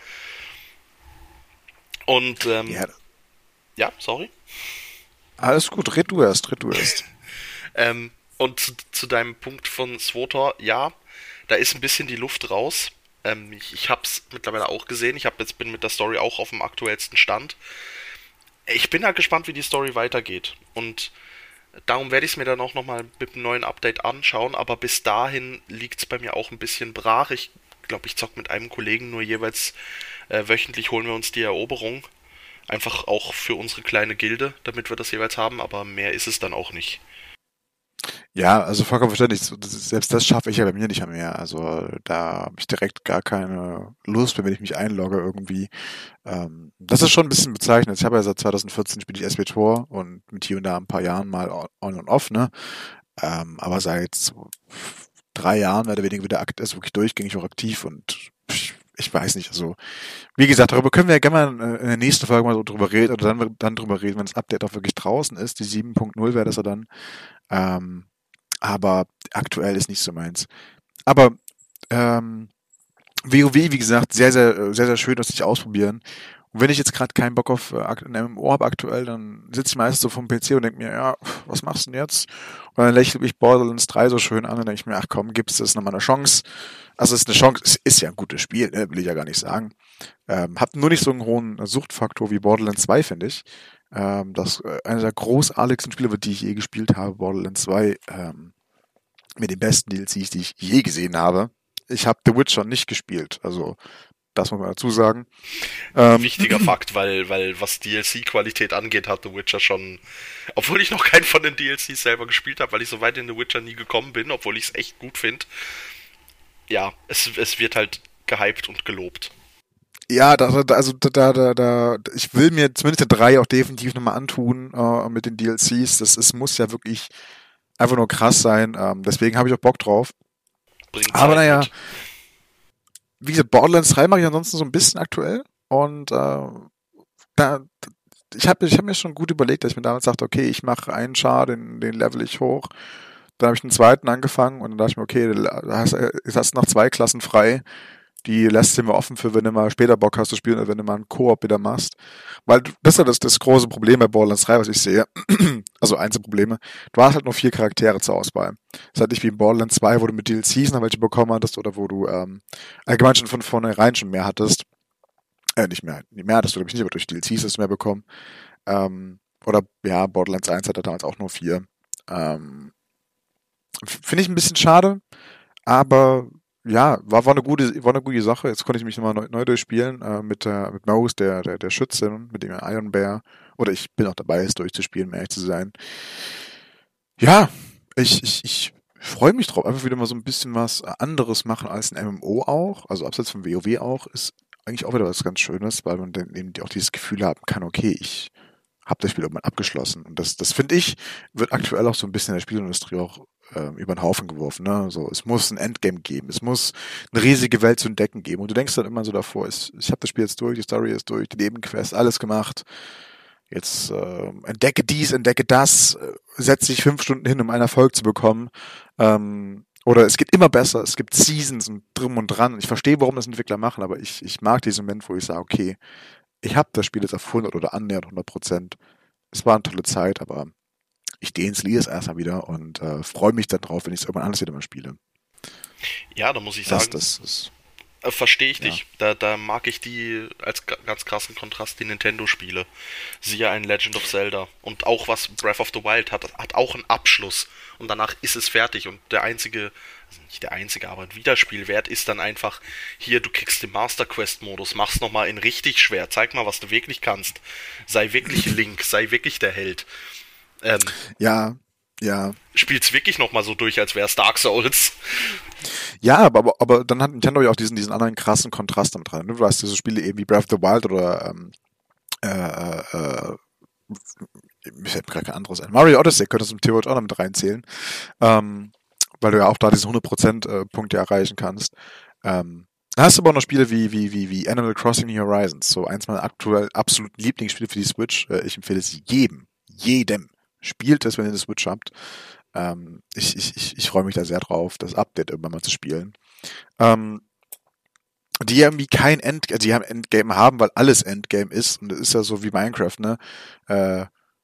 Und, ähm, Ja, ja, sorry. alles gut, red du erst, red du erst. Ähm, und zu, zu deinem Punkt von SWTOR, ja, da ist ein bisschen die Luft raus. Ähm, ich ich habe es mittlerweile auch gesehen. Ich hab jetzt bin mit der Story auch auf dem aktuellsten Stand. Ich bin halt gespannt, wie die Story weitergeht. Und darum werde ich es mir dann auch nochmal mit einem neuen Update anschauen. Aber bis dahin liegt es bei mir auch ein bisschen brach. Ich glaube, ich zock mit einem Kollegen nur jeweils äh, wöchentlich holen wir uns die Eroberung. Einfach auch für unsere kleine Gilde, damit wir das jeweils haben. Aber mehr ist es dann auch nicht. Ja, also vollkommen verständlich. So, das ist- Selbst das schaffe ich ja bei mir nicht mehr. Also da habe ich direkt gar keine Lust, wenn ich mich einlogge irgendwie. Ähm, das ist schon ein bisschen bezeichnend. Ich habe ja seit zweitausendvierzehn spiele ich S W Tor und mit hier und da ein paar Jahren mal on on und off, ne? Ähm, aber seit so drei Jahren mehr oder weniger wieder akt ist wirklich durchgängig auch aktiv und ich, ich weiß nicht. Also wie gesagt, darüber können wir ja gerne mal äh, in der nächsten Folge mal so drüber reden oder dann, dann drüber reden, wenn das Update auch wirklich draußen ist. Die sieben Punkt null wäre das ja dann. Ähm, aber aktuell ist nicht so meins. Aber ähm, WoW, wie gesagt, sehr, sehr, sehr, sehr schön, das sich ausprobieren. Und wenn ich jetzt gerade keinen Bock auf äh, ein M M O habe aktuell, dann sitze ich meistens so vom P C und denke mir, ja, was machst du denn jetzt? Und dann lächelt mich Borderlands drei so schön an und denke ich mir, ach komm, gibt's das nochmal eine Chance? Also es ist eine Chance, es ist ja ein gutes Spiel, ne? Will ich ja gar nicht sagen. Ähm, hat nur nicht so einen hohen Suchtfaktor wie Borderlands zwei, finde ich. Ähm, das äh, einer der großartigsten Spiele, die ich je gespielt habe, Borderlands zwei, ähm, mit den besten D L Cs, die ich je gesehen habe. Ich habe The Witcher nicht gespielt, also das muss man dazu sagen. Ähm, Wichtiger Fakt, weil, weil was D L C-Qualität angeht, hat The Witcher schon, obwohl ich noch keinen von den D L Cs selber gespielt habe, weil ich so weit in The Witcher nie gekommen bin, obwohl ich es echt gut finde. Ja, es, es wird halt gehypt und gelobt. Ja, da, da, also da, da, da, ich will mir zumindest der drei auch definitiv nochmal antun äh, mit den D L Cs. Das ist, muss ja wirklich einfach nur krass sein. Ähm, deswegen habe ich auch Bock drauf. Bringt Aber Zeit naja, mit. Wie gesagt, Borderlands drei mache ich ansonsten so ein bisschen aktuell. Und äh, da, ich habe ich hab mir schon gut überlegt, dass ich mir damals sagte, okay, ich mache einen Char, den, den level ich hoch. Dann habe ich einen zweiten angefangen und dann dachte ich mir, okay, da hast, jetzt hast du noch zwei Klassen frei. Die lässt du mir offen für, wenn du mal später Bock hast zu spielen oder wenn du mal einen Koop wieder machst. Weil das ist ja das, das große Problem bei Borderlands drei, was ich sehe. Also eins der Probleme. Du hast halt nur vier Charaktere zur Auswahl. Das ist halt nicht wie in Borderlands zwei, wo du mit D L Cs noch welche bekommen hattest oder wo du ähm, allgemein schon von vornherein schon mehr hattest. Äh, nicht mehr. Nicht mehr hattest du, glaube ich nicht, aber durch D L Cs hast du mehr bekommen. Ähm, oder ja, Borderlands eins hatte damals auch nur vier. Ähm, Finde ich ein bisschen schade, aber ja, war, war eine gute, war eine gute Sache. Jetzt konnte ich mich nochmal neu, neu durchspielen, äh, mit, äh, mit Maurice, der, der, der Schützin, mit dem Iron Bear. Oder ich bin auch dabei, es durchzuspielen, um ehrlich zu sein. Ja, ich, ich, ich freue mich drauf. Einfach wieder mal so ein bisschen was anderes machen als ein M M O auch. Also abseits von WoW auch, ist eigentlich auch wieder was ganz Schönes, weil man dann eben auch dieses Gefühl haben kann, okay, ich habe das Spiel irgendwann abgeschlossen. Und das, das finde ich, wird aktuell auch so ein bisschen in der Spielindustrie auch äh, über den Haufen geworfen. Ne? So, es muss ein Endgame geben, es muss eine riesige Welt zu entdecken geben. Und du denkst dann immer so davor, ich, ich habe das Spiel jetzt durch, die Story ist durch, die Nebenquest, alles gemacht. Jetzt äh, entdecke dies, entdecke das, äh, setze dich fünf Stunden hin, um einen Erfolg zu bekommen. Ähm, oder es geht immer besser, es gibt Seasons und drum und dran. Ich verstehe, warum das Entwickler machen, aber ich, ich mag diesen Moment, wo ich sage, okay, ich habe das Spiel jetzt auf hundert oder annähernd hundert Prozent. Es war eine tolle Zeit, aber ich deinstalliere es erstmal wieder und äh, freue mich dann drauf, wenn ich es irgendwann anders wieder mal spiele. Ja, da muss ich Das, sagen, das ist, äh, verstehe ich ja. dich. Da, da mag ich die als ga- ganz krassen Kontrast die Nintendo-Spiele. Siehe ein Legend of Zelda. Und auch was Breath of the Wild hat, hat auch einen Abschluss. Und danach ist es fertig. Und der einzige, also nicht der einzige, aber ein Wiederspielwert ist dann einfach, hier, du kriegst den Master Quest-Modus, mach's nochmal in richtig schwer, zeig mal, was du wirklich kannst. Sei wirklich Link, sei wirklich der Held. Ähm, Ja, ja. Spiel's wirklich nochmal so durch, als wär's Dark Souls. Ja, aber, aber, aber dann hat Nintendo ja auch diesen, diesen anderen krassen Kontrast damit dran. Ne? Du hast diese Spiele eben wie Breath of the Wild oder ähm, äh, äh, mir fällt mir gerade kein anderes ein. Mario Odyssey könntest du theoretisch auch noch mit reinzählen. Ähm, weil du ja auch da diesen hundert Prozent äh, Punkte erreichen kannst. Ähm, da hast du aber auch noch Spiele wie, wie, wie, wie Animal Crossing New Horizons. So eins meiner aktuell absoluten Lieblingsspiele für die Switch. Äh, ich empfehle es jedem, jedem. Spielt es, wenn ihr eine Switch habt. Ähm, ich ich, ich, ich freue mich da sehr drauf, das Update irgendwann mal zu spielen. Ähm, die irgendwie kein End, die haben Endgame haben, weil alles Endgame ist. Und es ist ja so wie Minecraft, ne? Äh,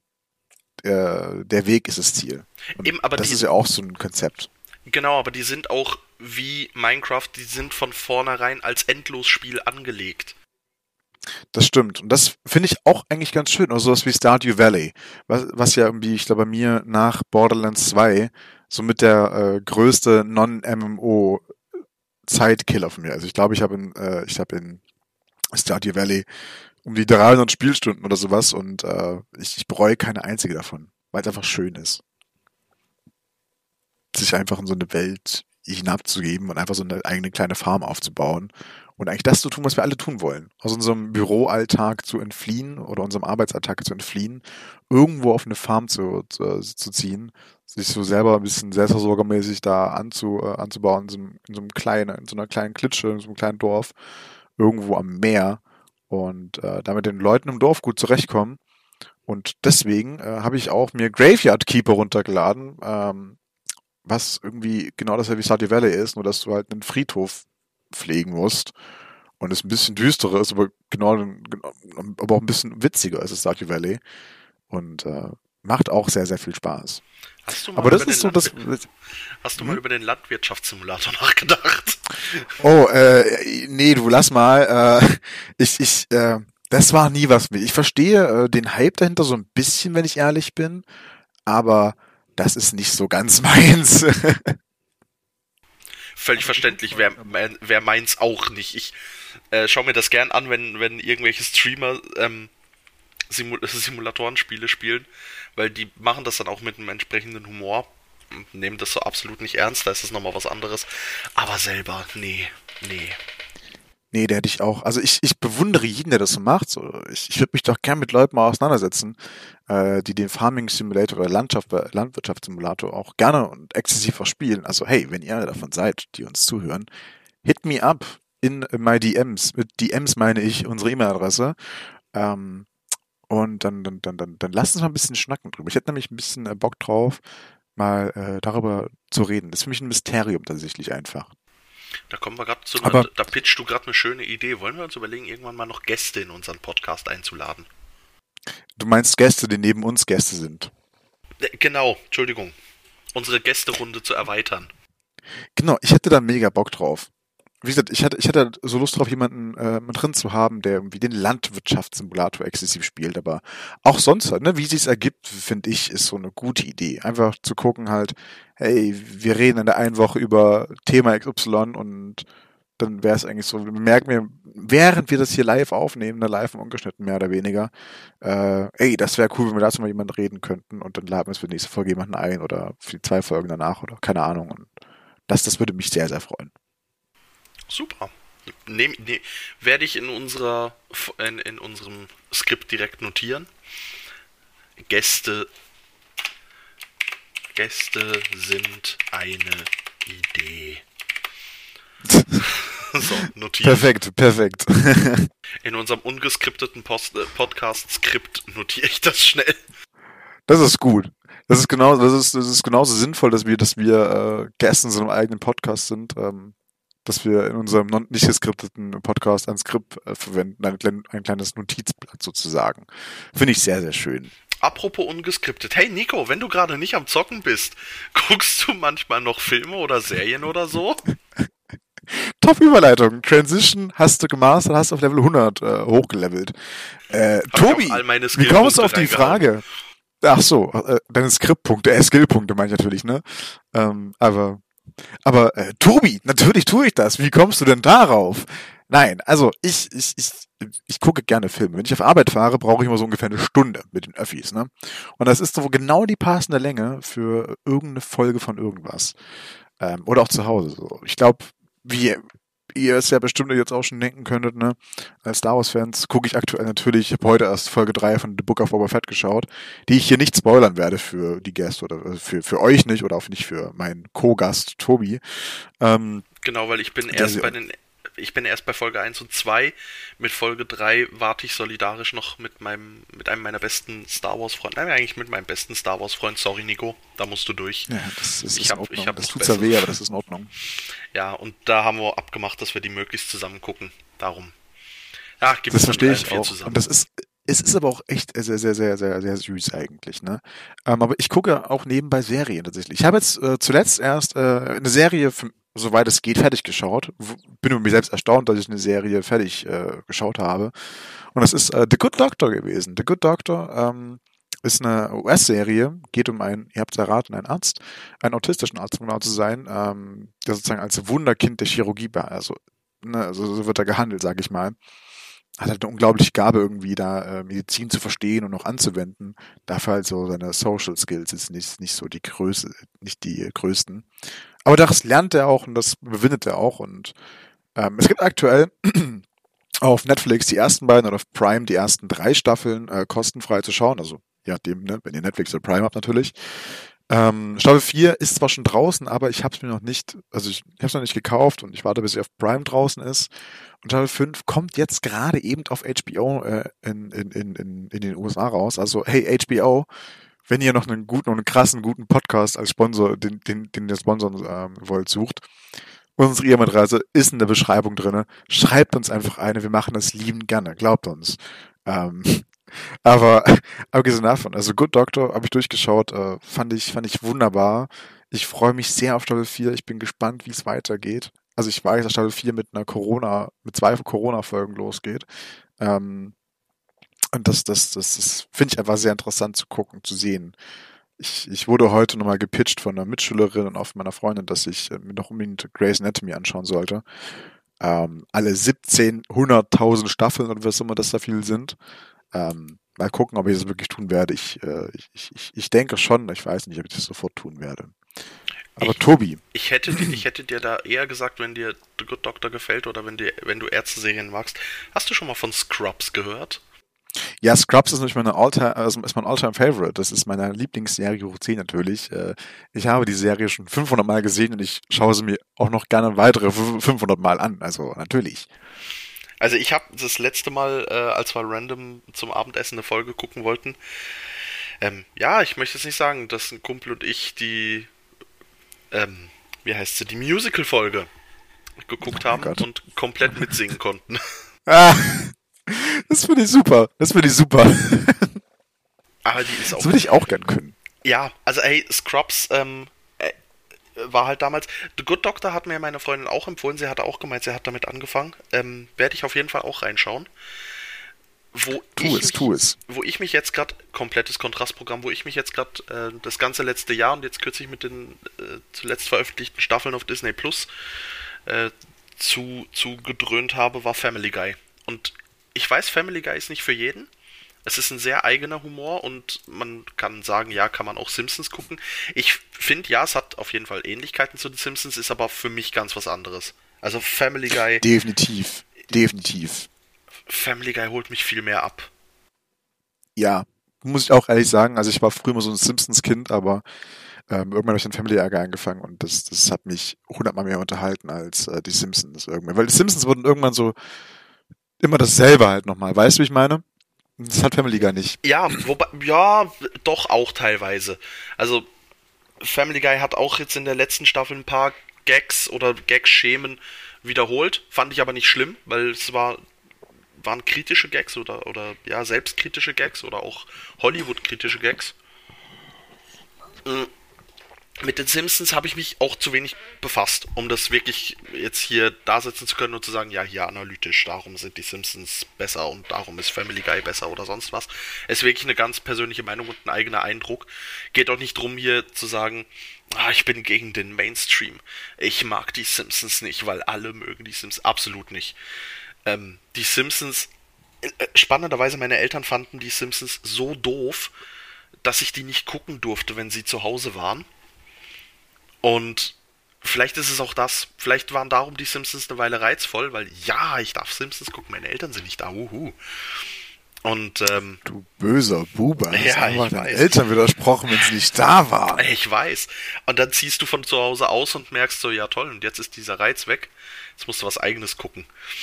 der, der Weg ist das Ziel. Und Eben, aber das die, ist ja auch so ein Konzept. genau, aber die sind auch wie Minecraft, die sind von vornherein als Endlosspiel angelegt. Das stimmt. Und das finde ich auch eigentlich ganz schön. Also sowas wie Stardew Valley, was, was ja irgendwie, ich glaube, bei mir nach Borderlands zwei somit der äh, größte Non-M M O Zeitkiller von mir. Also ich glaube, ich habe in, äh, ich habe in Stardew Valley um die dreihundert Spielstunden oder sowas und äh, ich, ich bereue keine einzige davon, weil es einfach schön ist. Sich einfach in so eine Welt hinabzugeben und einfach so eine eigene kleine Farm aufzubauen und eigentlich das zu tun, was wir alle tun wollen. Aus unserem Büroalltag zu entfliehen oder unserem Arbeitsalltag zu entfliehen, irgendwo auf eine Farm zu, zu, zu ziehen, sich so selber ein bisschen selbstversorgermäßig da anzu, äh, anzubauen, in so, einem, in so einem kleinen, in so einer kleinen Klitsche, in so einem kleinen Dorf, irgendwo am Meer und äh, damit den Leuten im Dorf gut zurechtkommen. Und deswegen äh, habe ich auch mir Graveyard Keeper runtergeladen, ähm, was irgendwie genau das wie Stardew Valley ist, nur dass du halt einen Friedhof pflegen musst und es ein bisschen düsterer ist, aber genau, genau aber auch ein bisschen witziger ist als Stardew Valley und äh, macht auch sehr, sehr viel Spaß. Hast du mal Aber das über ist den so das. Landwirt- Hast du mal Hm? über den Landwirtschaftssimulator nachgedacht? Oh, äh, nee, du lass mal. Äh, ich, ich, äh, das war nie was mit. Ich verstehe äh, den Hype dahinter so ein bisschen, wenn ich ehrlich bin, aber das ist nicht so ganz meins. Völlig verständlich, wer, mein- wer meins auch nicht. Ich äh, schaue mir das gern an, wenn, wenn irgendwelche Streamer ähm, Simu Simulatorenspiele spielen, weil die machen das dann auch mit einem entsprechenden Humor und nehmen das so absolut nicht ernst, da ist das nochmal was anderes. Aber selber, nee, nee. Nee, der hätte ich auch. Also ich, ich bewundere jeden, der das so macht. So, ich ich würde mich doch gern mit Leuten mal auseinandersetzen, äh, die den Farming Simulator oder Landschaft, Landwirtschaftssimulator auch gerne und exzessiv auch spielen. Also hey, wenn ihr davon seid, die uns zuhören, hit me up in my D Ms. Mit D Ms meine ich unsere E-Mail-Adresse. Ähm, und dann, dann, dann, dann, dann lasst uns mal ein bisschen schnacken drüber. Ich hätte nämlich ein bisschen äh, Bock drauf, mal äh, darüber zu reden. Das ist für mich ein Mysterium tatsächlich einfach. Da kommen wir gerade zu einer, Aber da pitchst du gerade eine schöne Idee. Wollen wir uns überlegen, irgendwann mal noch Gäste in unseren Podcast einzuladen? du meinst Gäste, die neben uns Gäste sind. Äh, Genau, Entschuldigung. Unsere Gästerunde zu erweitern. Genau, ich hätte da mega Bock drauf. Wie gesagt, ich hätte, ich hätte so Lust drauf, jemanden äh, mit drin zu haben, der irgendwie den Landwirtschaftssimulator exzessiv spielt, aber auch sonst halt, ne, wie sich's ergibt, finde ich, ist so eine gute Idee. Einfach zu gucken halt, hey, wir reden in der einen Woche über Thema X Y und dann wäre es eigentlich so, wir merken wir, während wir das hier live aufnehmen, ne, live und ungeschnitten mehr oder weniger, äh, ey, das wäre cool, wenn wir dazu mal jemanden reden könnten und dann laden wir uns für die nächste Folge jemanden ein oder für die zwei Folgen danach oder keine Ahnung und das, das würde mich sehr, sehr freuen. Super. Nehm, ne, werde ich in unserer in, in unserem Skript direkt notieren. Gäste Gäste sind eine Idee. So, notiert. Perfekt, perfekt. In unserem ungeskripteten Post, äh, Podcast-Skript notiere ich das schnell. Das ist gut. Das ist genau, das ist, das ist genauso sinnvoll, dass wir, dass wir äh, Gäste in so einem eigenen Podcast sind, ähm, dass wir in unserem non nicht geskripteten Podcast ein Skript äh, verwenden, ein, klein, ein kleines Notizblatt sozusagen. Finde ich sehr, sehr schön. Apropos ungeskriptet. Hey Nico, wenn du gerade nicht am Zocken bist, guckst du manchmal noch Filme oder Serien oder so? Top-Überleitung. Transition hast du gemastert, hast auf Level hundert äh, hochgelevelt. Äh, Tobi, all meine wie kommst du auf die Skillpunkte Frage? Ach so, äh, deine Skriptpunkte, äh, Skillpunkte meine ich natürlich, ne? Ähm, aber, aber äh, Tobi, natürlich tue ich das. Wie kommst du denn darauf? Nein, also ich, ich, ich, ich gucke gerne Filme. Wenn ich auf Arbeit fahre, brauche ich immer so ungefähr eine Stunde mit den Öffis, ne? Und das ist so genau die passende Länge für irgendeine Folge von irgendwas. Ähm, oder auch zu Hause. So. Ich glaube, wie ihr es ja bestimmt jetzt auch schon denken könntet, ne? Als Star Wars-Fans gucke ich aktuell natürlich, ich habe heute erst Folge drei von The Book of Boba Fett geschaut, die ich hier nicht spoilern werde für die Gäste oder für, für euch nicht oder auch nicht für meinen Co-Gast Tobi. Ähm, Genau, weil ich bin der erst sie- bei den ich bin erst bei Folge eins und zwei. Mit Folge drei warte ich solidarisch noch mit meinem mit einem meiner besten Star Wars Freunde. Nein, eigentlich mit meinem besten Star Wars Freund. Sorry Nico, da musst du durch. ja, das, das Ich ist hab- in Ordnung. ich hab das noch tut zwar bessere. weh, aber das ist in Ordnung. Ja, und da haben wir abgemacht, dass wir die möglichst zusammen gucken. Darum. Ja, gibt Das es verstehe dann ich viel auch. zusammen. Und das ist, es ist aber auch echt sehr, sehr, sehr, sehr, sehr süß eigentlich, ne? Ähm, aber ich gucke auch nebenbei Serien tatsächlich. Ich habe jetzt äh, zuletzt erst äh, eine Serie, für, soweit es geht, fertig geschaut. W- Bin über mich selbst erstaunt, dass ich eine Serie fertig äh, geschaut habe. Und das ist äh, The Good Doctor gewesen. The Good Doctor ähm, ist eine U S-Serie, geht um einen, ihr habt es erraten, einen Arzt, einen autistischen Arzt, um genau zu sein, ähm, der sozusagen als Wunderkind der Chirurgie, be- also, ne, also so wird er gehandelt, sage ich mal. Hat halt eine unglaubliche Gabe irgendwie da äh, Medizin zu verstehen und auch anzuwenden. Dafür halt so seine Social Skills ist nicht, nicht so die Größe, nicht die größten. Aber das lernt er auch und das bewindet er auch und ähm, es gibt aktuell auf Netflix die ersten beiden oder auf Prime die ersten drei Staffeln äh, kostenfrei zu schauen. Also je nachdem, ne, wenn ihr Netflix oder Prime habt natürlich. Ähm, Staffel vier ist zwar schon draußen, aber ich habe es mir noch nicht, also ich, ich habe es noch nicht gekauft und ich warte, bis sie auf Prime draußen ist. Und Staffel fünf kommt jetzt gerade eben auf H B O äh, in, in, in, in, in den U S A raus. Also hey H B O, wenn ihr noch einen guten und einen krassen, guten Podcast als Sponsor, den, den, den ihr sponsern ähm, wollt, sucht, unsere E-Mail-Adresse ist in der Beschreibung drin. Schreibt uns einfach eine, wir machen das liebend gerne, glaubt uns. Ähm, aber abgesehen davon, also Good Doctor habe ich durchgeschaut, äh, fand ich, fand ich wunderbar. Ich freue mich sehr auf Staffel vier. Ich bin gespannt, wie es weitergeht. Also ich weiß, dass Staffel vier mit einer Corona, mit zwei Corona-Folgen losgeht. Ähm, und das, das, das, das finde ich einfach sehr interessant zu gucken, zu sehen. Ich, ich wurde heute nochmal gepitcht von einer Mitschülerin und auch von meiner Freundin, dass ich äh, mir noch unbedingt Grey's Anatomy anschauen sollte. Ähm, alle siebzehn, hunderttausend Staffeln und was immer das da viel sind. Ähm, mal gucken, ob ich das wirklich tun werde. Ich, äh, ich, ich, ich denke schon, ich weiß nicht, ob ich das sofort tun werde. Aber Ich, Tobi, ich hätte, dir- ich hätte dir da eher gesagt, wenn dir The Good Doctor gefällt oder wenn dir, wenn du Ärzte-Serien magst. Hast du schon mal von Scrubs gehört? ja, Scrubs ist nämlich meine Alltime, also ist mein Alltime-Favorite. Das ist meine Lieblingsserie hoch zehn natürlich. Äh, Ich habe die Serie schon fünfhundert Mal gesehen und ich schaue sie mir auch noch gerne weitere fünfhundert Mal an. Also natürlich. Also ich habe das letzte Mal, äh, als wir random zum Abendessen eine Folge gucken wollten, ähm, ja, ich möchte es nicht sagen, dass ein Kumpel und ich die, ähm, wie heißt sie, die Musical-Folge Oh geguckt mein haben Gott. und komplett mitsingen konnten. Ah, das finde ich super. Das finde ich super. Aber die ist Das auch, würde ich auch gern können. ja, also ey, Scrubs, ähm, äh, war halt damals, The Good Doctor hat mir meine Freundin auch empfohlen, sie hatte auch gemeint, sie hat damit angefangen. Ähm, werde ich auf jeden Fall auch reinschauen. Wo Tu ich es, mich, tu es. wo ich mich jetzt gerade, komplettes Kontrastprogramm, wo ich mich jetzt gerade äh, das ganze letzte Jahr und jetzt kürzlich mit den äh, zuletzt veröffentlichten Staffeln auf Disney Plus äh, zu, zu gedröhnt habe, war Family Guy. Und ich weiß, Family Guy ist nicht für jeden. Es ist ein sehr eigener Humor und man kann sagen, ja, kann man auch Simpsons gucken. Ich finde, ja, es hat auf jeden Fall Ähnlichkeiten zu den Simpsons, ist aber für mich ganz was anderes. Also Family Guy, Definitiv. Definitiv. Family Guy holt mich viel mehr ab. Ja, muss ich auch ehrlich sagen. Also ich war früher immer so ein Simpsons-Kind, aber ähm, irgendwann habe ich den Family Guy angefangen und das, das hat mich hundertmal mehr unterhalten als äh, die Simpsons irgendwann. Weil die Simpsons wurden irgendwann so immer dasselbe halt nochmal. Weißt du, wie ich meine? Das hat Family Guy nicht. Ja, wobei, ja, doch auch teilweise. Also Family Guy hat auch jetzt in der letzten Staffel ein paar Gags oder Gag-Schemen wiederholt. Fand ich aber nicht schlimm, weil es war, waren kritische Gags oder, oder ja, selbstkritische Gags oder auch Hollywood-kritische Gags. Mm, Mit den Simpsons habe ich mich auch zu wenig befasst, um das wirklich jetzt hier da sitzen zu können und zu sagen, ja, hier analytisch, darum sind die Simpsons besser und darum ist Family Guy besser oder sonst was. Es ist wirklich eine ganz persönliche Meinung und ein eigener Eindruck. Geht auch nicht drum hier zu sagen, ah, ich bin gegen den Mainstream. Ich mag die Simpsons nicht, weil alle mögen die Simpsons. Absolut nicht. Ähm, die Simpsons, äh, spannenderweise meine Eltern fanden die Simpsons so doof, dass ich die nicht gucken durfte, wenn sie zu Hause waren. Und vielleicht ist es auch das. Vielleicht waren darum die Simpsons eine Weile reizvoll, weil ja, ich darf Simpsons gucken, meine Eltern sind nicht da. Uhu. Und ähm, Du böser Bube. Hast ja, einfach ich deinen weiß. Eltern widersprochen, wenn sie nicht da waren. Ich weiß. Und dann ziehst du von zu Hause aus und merkst so, ja toll, und jetzt ist dieser Reiz weg. Jetzt musst du was Eigenes gucken.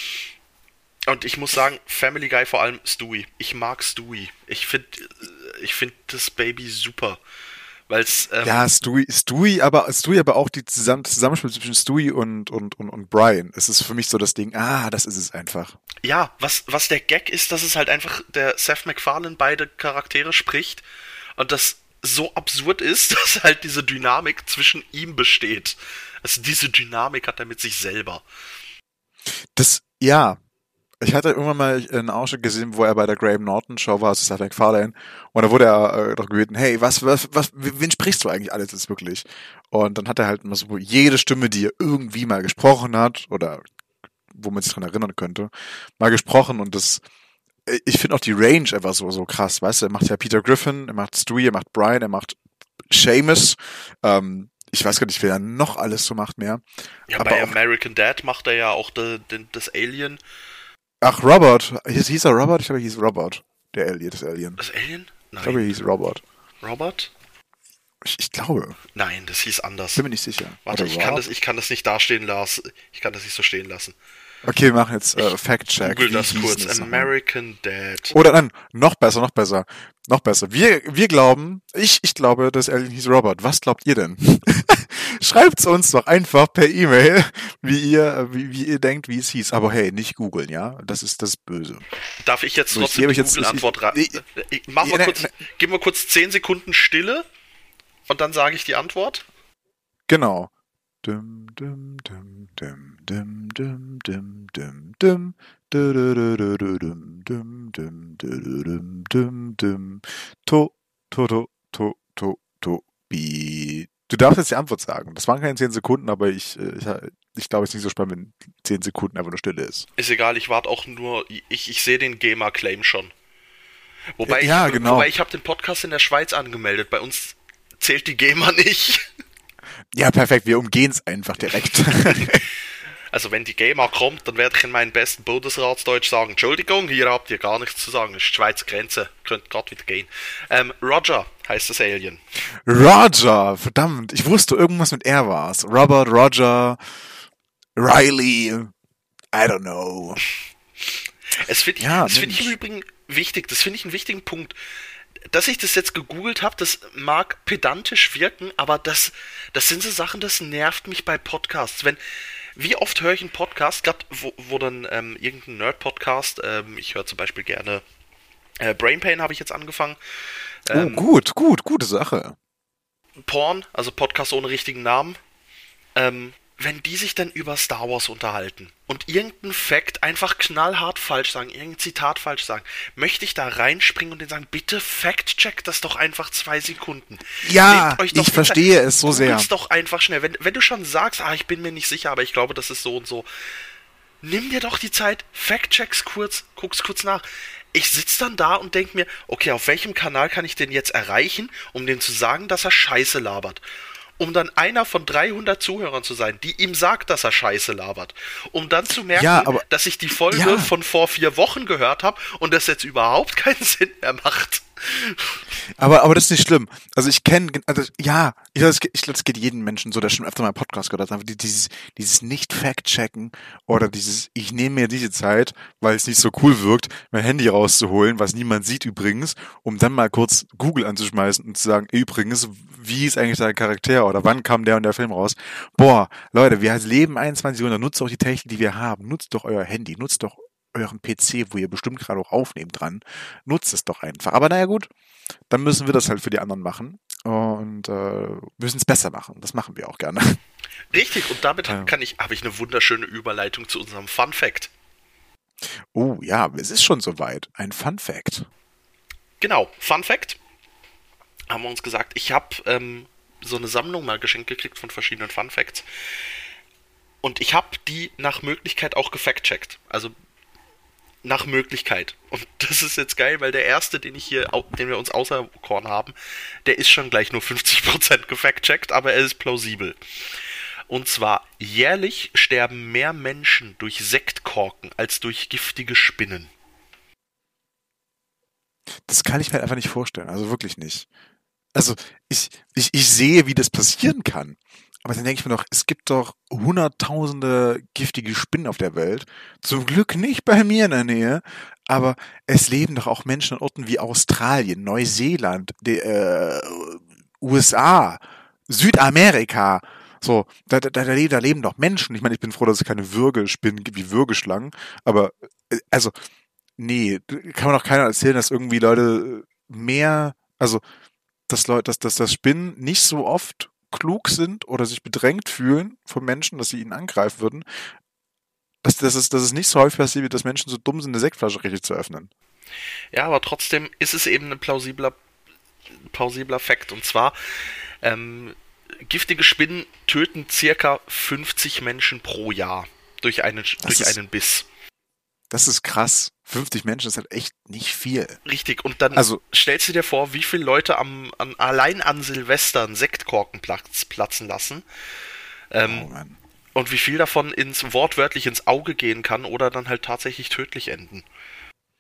Und ich muss sagen, Family Guy, vor allem Stewie. Ich mag Stewie. Ich finde ich find das Baby super. Weil es, ähm, Ja, Stewie, Stewie, aber Stewie, aber auch die Zusammen Zusammenspiel zwischen Stewie und, und, und, und Brian. Es ist für mich so das Ding, ah, das ist es einfach. ja, was, was der Gag ist, dass es halt einfach der Seth MacFarlane beide Charaktere spricht und das so absurd ist, dass halt diese Dynamik zwischen ihm besteht. Also diese Dynamik hat er mit sich selber. Das, ja. Ich hatte irgendwann mal einen Ausschnitt gesehen, wo er bei der Graham Norton Show war, also Seth MacFarlane, und da wurde er äh, doch gebeten, hey, was, was, was, wen sprichst du eigentlich alles jetzt wirklich? Und dann hat er halt immer so jede Stimme, die er irgendwie mal gesprochen hat, oder wo man sich dran erinnern könnte, mal gesprochen und das, ich finde auch die Range einfach so, so krass, weißt du, er macht ja Peter Griffin, er macht Stewie, er macht Brian, er macht Seamus, ähm, ich weiß gar nicht, wer er noch alles so macht mehr. Ja, aber bei auch, American Dad macht er ja auch de, de, das Alien. ach, Robert, hieß, hieß er Robert? Ich glaube, er hieß Robert, der Alien, das Alien. Das Alien? Ich glaube, er Nein. hieß Robert. Robert? Ich, ich glaube, Nein, das hieß anders. bin mir nicht sicher. Warte, Oder ich kann, Rob? das, ich kann das nicht dastehen lassen. Ich kann das nicht so stehen lassen. Okay, wir machen jetzt äh, Fact-Check. Google Wie das hieß kurz. das nochmal? American Dad. Oder dann, noch besser, noch besser, noch besser. Wir, wir glauben, ich, ich glaube, das Alien hieß Robert. Was glaubt ihr denn? Schreibt's uns doch einfach per E-Mail, wie ihr, wie, wie ihr denkt, wie es hieß. Aber hey, nicht googeln, ja? Das ist das Böse. Darf ich jetzt So, ich trotzdem gebe die jetzt- Google-Antwort ich- rein? ich- Ich- Mach mal ne, kurz, ne. gib mal kurz zehn Sekunden Stille und dann sage ich die Antwort. Genau. Dum, dum, dum, dum, dum, dum, dum, dum, dum. Du, du, du, du, du, dum, dum, dum, du, du, dum, dum, dum. To, to, to, to, to, to, bi. Du darfst jetzt die Antwort sagen. Das waren keine zehn Sekunden, aber ich, äh, ich, ich glaube, es ist nicht so spannend, wenn zehn Sekunden einfach nur Stille ist. Ist egal, ich warte auch nur, ich, ich sehe den GEMA-Claim schon. Wobei Ja, ich, genau. wobei ich habe den Podcast in der Schweiz angemeldet. Bei uns zählt die GEMA nicht. Ja, perfekt. Wir umgehen es einfach direkt. Also wenn die GEMA kommt, dann werde ich in meinem besten Bundesratsdeutsch sagen, Entschuldigung, hier habt ihr gar nichts zu sagen, das ist die Schweizer Grenze, könnt gerade wieder gehen. Ähm, Roger heißt das Alien. Roger, verdammt. Ich wusste, irgendwas mit R war's. Robert, Roger, Riley, I don't know. Es finde ich, Ja, das find ich im Mensch. Übrigen wichtig, das finde ich einen wichtigen Punkt. Dass ich das jetzt gegoogelt habe, das mag pedantisch wirken, aber das, das sind so Sachen, das nervt mich bei Podcasts. Wenn, wie oft höre ich einen Podcast, gerade wo, wo dann ähm, irgendein Nerd-Podcast, ähm, ich höre zum Beispiel gerne äh, Brain Pain habe ich jetzt angefangen. Ähm, Oh, gut, gut, gute Sache. Porn, also Podcast ohne richtigen Namen, ähm, wenn die sich dann über Star Wars unterhalten und irgendeinen Fact einfach knallhart falsch sagen, irgendein Zitat falsch sagen, möchte ich da reinspringen und denen sagen, bitte Fact-check das doch einfach zwei Sekunden. Ja, Nehmt euch doch ich die verstehe Zeit, es so sehr. googelt's doch einfach schnell. Wenn, wenn du schon sagst, ah, ich bin mir nicht sicher, aber ich glaube, das ist so und so, nimm dir doch die Zeit, Fact-check's kurz, guck's kurz nach. Ich sitz dann da und denk mir, okay, auf welchem Kanal kann ich den jetzt erreichen, um dem zu sagen, dass er Scheiße labert? Um dann einer von dreihundert Zuhörern zu sein, die ihm sagt, dass er Scheiße labert. Um dann zu merken, Ja, aber- dass ich die Folge Ja. von vor vier Wochen gehört habe und das jetzt überhaupt keinen Sinn mehr macht. Aber, aber das ist nicht schlimm. Also ich kenne, also ja, ich glaube, es geht, ich glaube, es geht jedem Menschen so, der schon öfter mal einen Podcast gehört hat. Einfach die- dieses, dieses Nicht-Fact-Checken oder dieses, ich nehme mir diese Zeit, weil es nicht so cool wirkt, mein Handy rauszuholen, was niemand sieht übrigens, um dann mal kurz Google anzuschmeißen und zu sagen, übrigens, wie ist eigentlich der Charakter oder wann kam der und der Film raus? Boah, Leute, wir leben einundzwanzig Uhr, nutzt doch die Technik, die wir haben. Nutzt doch euer Handy, nutzt doch euren P C, wo ihr bestimmt gerade auch aufnehmt dran. Nutzt es doch einfach. Aber naja, gut, dann müssen wir das halt für die anderen machen und äh, müssen es besser machen. Das machen wir auch gerne. Richtig, und damit Ja. kann ich, habe ich eine wunderschöne Überleitung zu unserem Fun Fact. Oh ja, es ist schon soweit. Ein Fun Fact. Genau, Fun Fact. Haben wir uns gesagt, ich habe ähm, so eine Sammlung mal geschenkt gekriegt von verschiedenen Fun Facts. Und ich habe die nach Möglichkeit auch gefact-checkt. Also nach Möglichkeit. Und das ist jetzt geil, weil der erste, den ich hier, au- den wir uns auserkoren haben, der ist schon gleich nur fünfzig Prozent gefact-checkt, aber er ist plausibel. Und zwar, jährlich sterben mehr Menschen durch Sektkorken als durch giftige Spinnen. Das kann ich mir einfach nicht vorstellen. Also wirklich nicht. Also ich, ich, ich sehe, wie das passieren kann. Aber dann denke ich mir doch, es gibt doch hunderttausende giftige Spinnen auf der Welt. Zum Glück nicht bei mir in der Nähe. Aber es leben doch auch Menschen an Orten wie Australien, Neuseeland, die, äh, U S A, Südamerika. So, da, da, da, da leben doch Menschen. Ich meine, ich bin froh, dass es keine Würgespinnen gibt wie Würgeschlangen. Aber, äh, also, nee, kann man doch keiner erzählen, dass irgendwie Leute mehr, also, dass Leute, dass, dass, dass Spinnen nicht so oft klug sind oder sich bedrängt fühlen von Menschen, dass sie ihnen angreifen würden. Dass, dass, es, dass es nicht so häufig passiert, dass Menschen so dumm sind, eine Sektflasche richtig zu öffnen. Ja, aber trotzdem ist es eben ein plausibler, plausibler Fakt. Und zwar, ähm, giftige Spinnen töten circa fünfzig Menschen pro Jahr durch einen, durch ist- einen Biss. Das ist krass. fünfzig Menschen ist halt echt nicht viel. Richtig, und dann Also- stellst du dir vor, wie viele Leute am, an, allein an Silvester einen Sektkorken platz, platzen lassen. Ähm, Oh Mann. und wie viel davon ins wortwörtlich ins Auge gehen kann oder dann halt tatsächlich tödlich enden.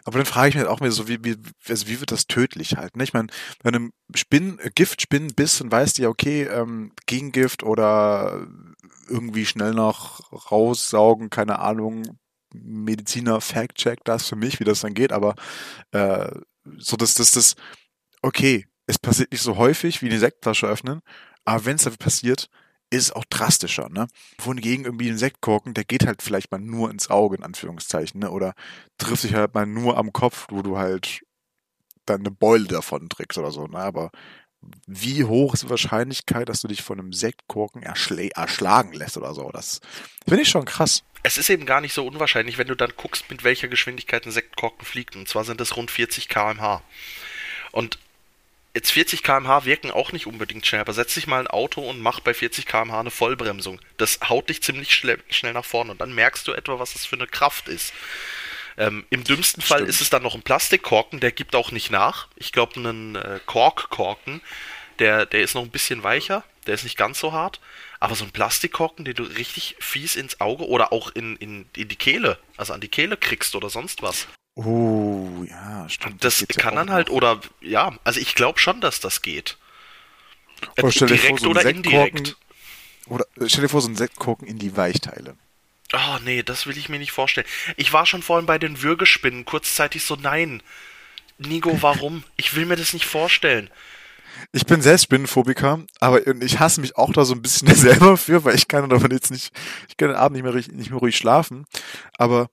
Aber dann frage ich mich halt auch mehr so, wie, wie, also wie wird das tödlich halt? Ne? Ich meine, wenn du Spinn, Giftspinnen bist und weißt ja, okay, ähm, Gegengift oder irgendwie schnell noch raussaugen, keine Ahnung, Mediziner Fact-Check das für mich, wie das dann geht, aber äh, so, dass das, das, okay, es passiert nicht so häufig wie eine Sektflasche öffnen, aber wenn es dafür passiert, ist es auch drastischer, ne? Wohingegen irgendwie ein Sektkorken, der geht halt vielleicht mal nur ins Auge, in Anführungszeichen, ne? Oder trifft sich halt mal nur am Kopf, wo du halt dann eine Beule davon trägst oder so, ne? Aber wie hoch ist die Wahrscheinlichkeit, dass du dich von einem Sektkorken erschlä- erschlagen lässt oder so? Das finde ich schon krass. Es ist eben gar nicht so unwahrscheinlich, wenn du dann guckst, mit welcher Geschwindigkeit ein Sektkorken fliegt. Und zwar sind es rund vierzig Kilometer pro Stunde. Und jetzt vierzig Kilometer pro Stunde wirken auch nicht unbedingt schnell, aber setz dich mal in ein Auto und mach bei vierzig Kilometer pro Stunde eine Vollbremsung. Das haut dich ziemlich schnell, schnell nach vorne und dann merkst du etwa, was das für eine Kraft ist. Ähm, Im dümmsten Fall Stimmt. ist es dann noch ein Plastikkorken, der gibt auch nicht nach. Ich glaube, einen äh, Korkkorken, der, der ist noch ein bisschen weicher, der ist nicht ganz so hart. Aber so ein Plastikkorken, den du richtig fies ins Auge oder auch in, in, in die Kehle, also an die Kehle kriegst oder sonst was. Oh, ja, stimmt. Das geht's ja kann auch dann halt, noch. oder, ja, also ich glaube schon, dass das geht. Oder stell dir vor, Direkt so ein oder Sektkorken, indirekt. oder äh, stell dir vor, so ein Sektkorken in die Weichteile. Oh, nee, das will ich mir nicht vorstellen. Ich war schon vorhin bei den Würgespinnen, kurzzeitig so, nein. Nico, warum? Ich will mir das nicht vorstellen. Ich bin selbst Spinnenphobiker, aber ich hasse mich auch da so ein bisschen selber für, weil ich kann davon jetzt nicht, ich kann den Abend nicht mehr, richtig- nicht mehr ruhig schlafen. Aber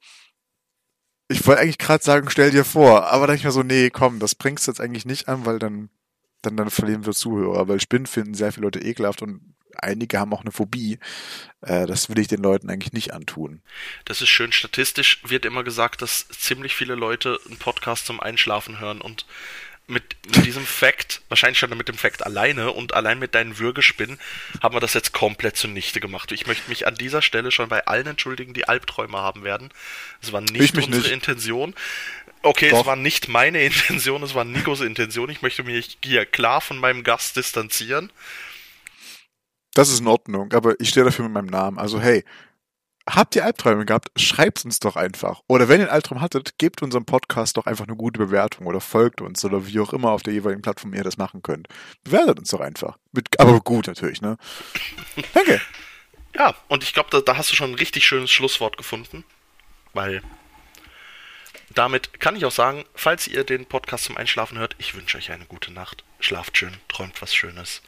ich wollte eigentlich gerade sagen, stell dir vor, aber dann denke ich mir so, nee, komm, das bringst du jetzt eigentlich nicht an, weil dann, dann, dann verlieren wir Zuhörer, weil Spinnen finden sehr viele Leute ekelhaft und einige haben auch eine Phobie. Äh, das will ich den Leuten eigentlich nicht antun. Das ist schön. Statistisch wird immer gesagt, dass ziemlich viele Leute einen Podcast zum Einschlafen hören und mit, mit diesem Fact, wahrscheinlich schon mit dem Fact alleine und allein mit deinen Würgespinnen, haben wir das jetzt komplett zunichte gemacht. Ich möchte mich an dieser Stelle schon bei allen entschuldigen, die Albträume haben werden. Es war nicht Ich mich unsere nicht. Intention. Okay, Doch. es war nicht meine Intention, es war Nikos Intention. Ich möchte mich hier klar von meinem Gast distanzieren. Das ist in Ordnung, aber ich stehe dafür mit meinem Namen. Also hey, habt ihr Albträume gehabt? Schreibt's uns doch einfach. Oder wenn ihr einen Albtraum hattet, gebt unserem Podcast doch einfach eine gute Bewertung oder folgt uns oder wie auch immer auf der jeweiligen Plattform ihr das machen könnt. Bewertet uns doch einfach. Mit, aber gut natürlich, ne? Danke. Ja, und ich glaube, da, da hast du schon ein richtig schönes Schlusswort gefunden, weil damit kann ich auch sagen, falls ihr den Podcast zum Einschlafen hört, ich wünsche euch eine gute Nacht. Schlaft schön, träumt was Schönes.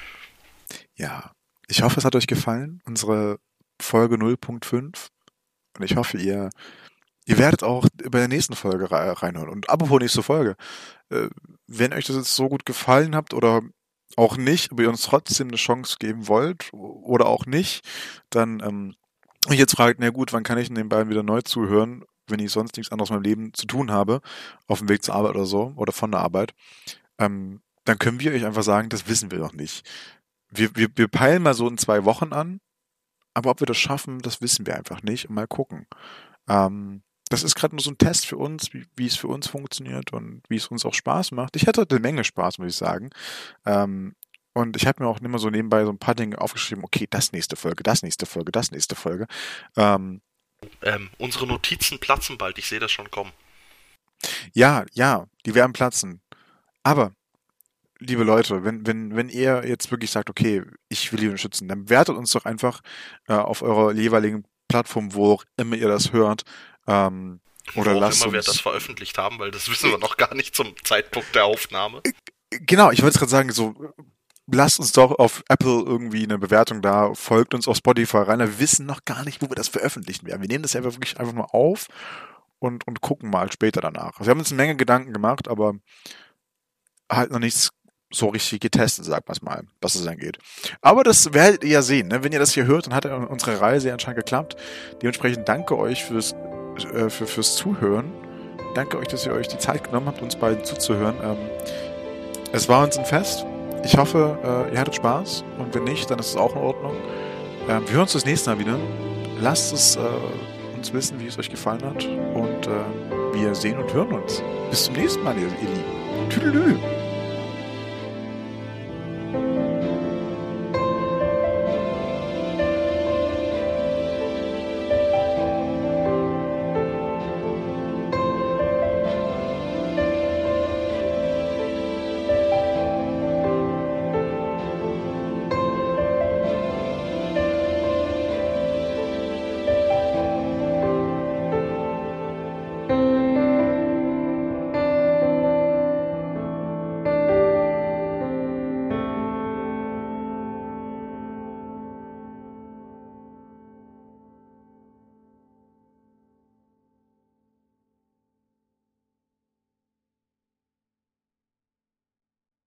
Ja, ich hoffe, es hat euch gefallen, unsere Folge null Punkt fünf. Und ich hoffe, ihr, ihr werdet auch bei der nächsten Folge rei- reinhören. Und apropos nächste Folge, äh, wenn euch das jetzt so gut gefallen habt oder auch nicht, aber ihr uns trotzdem eine Chance geben wollt oder auch nicht, dann ähm, und jetzt fragt, na gut, wann kann ich denn den beiden wieder neu zuhören, wenn ich sonst nichts anderes in meinem Leben zu tun habe, auf dem Weg zur Arbeit oder so, oder von der Arbeit, ähm, dann können wir euch einfach sagen, das wissen wir noch nicht. Wir, wir, wir peilen mal so in zwei Wochen an, aber ob wir das schaffen, das wissen wir einfach nicht. Mal gucken. Ähm, das ist gerade nur so ein Test für uns, wie, wie es für uns funktioniert und wie es uns auch Spaß macht. Ich hatte heute eine Menge Spaß, muss ich sagen. Ähm, und ich habe mir auch immer so nebenbei so ein paar Dinge aufgeschrieben. Okay, das nächste Folge, das nächste Folge, das nächste Folge. Ähm, Ähm, unsere Notizen platzen bald, ich sehe das schon kommen. ja, ja, die werden platzen. Aber liebe Leute, wenn, wenn, wenn ihr jetzt wirklich sagt, okay, ich will ihn schützen, dann wertet uns doch einfach äh, auf eurer jeweiligen Plattform, wo auch immer ihr das hört. Ähm, oder Wo auch lasst immer wir uns. das veröffentlicht haben, weil das wissen wir noch gar nicht zum Zeitpunkt der Aufnahme. Genau, ich wollte gerade sagen, so lasst uns doch auf Apple irgendwie eine Bewertung da, folgt uns auf Spotify rein. Wir wissen noch gar nicht, wo wir das veröffentlichen werden. Wir nehmen das ja wirklich einfach nur auf und, und gucken mal später danach. Also wir haben uns eine Menge Gedanken gemacht, aber halt noch nichts so richtig getestet, sagt man es mal, was es angeht. Aber das werdet ihr ja sehen, ne? Wenn ihr das hier hört, dann hat ja unsere Reise anscheinend geklappt. Dementsprechend danke euch fürs, äh, für, fürs Zuhören. Danke euch, dass ihr euch die Zeit genommen habt, uns beiden zuzuhören. Ähm, es war uns ein Fest. Ich hoffe, äh, ihr hattet Spaß. Und wenn nicht, dann ist es auch in Ordnung. Ähm, wir hören uns das nächste Mal wieder. Lasst es äh, uns wissen, wie es euch gefallen hat. Und äh, wir sehen und hören uns. Bis zum nächsten Mal, ihr, ihr Lieben. Tüdelü.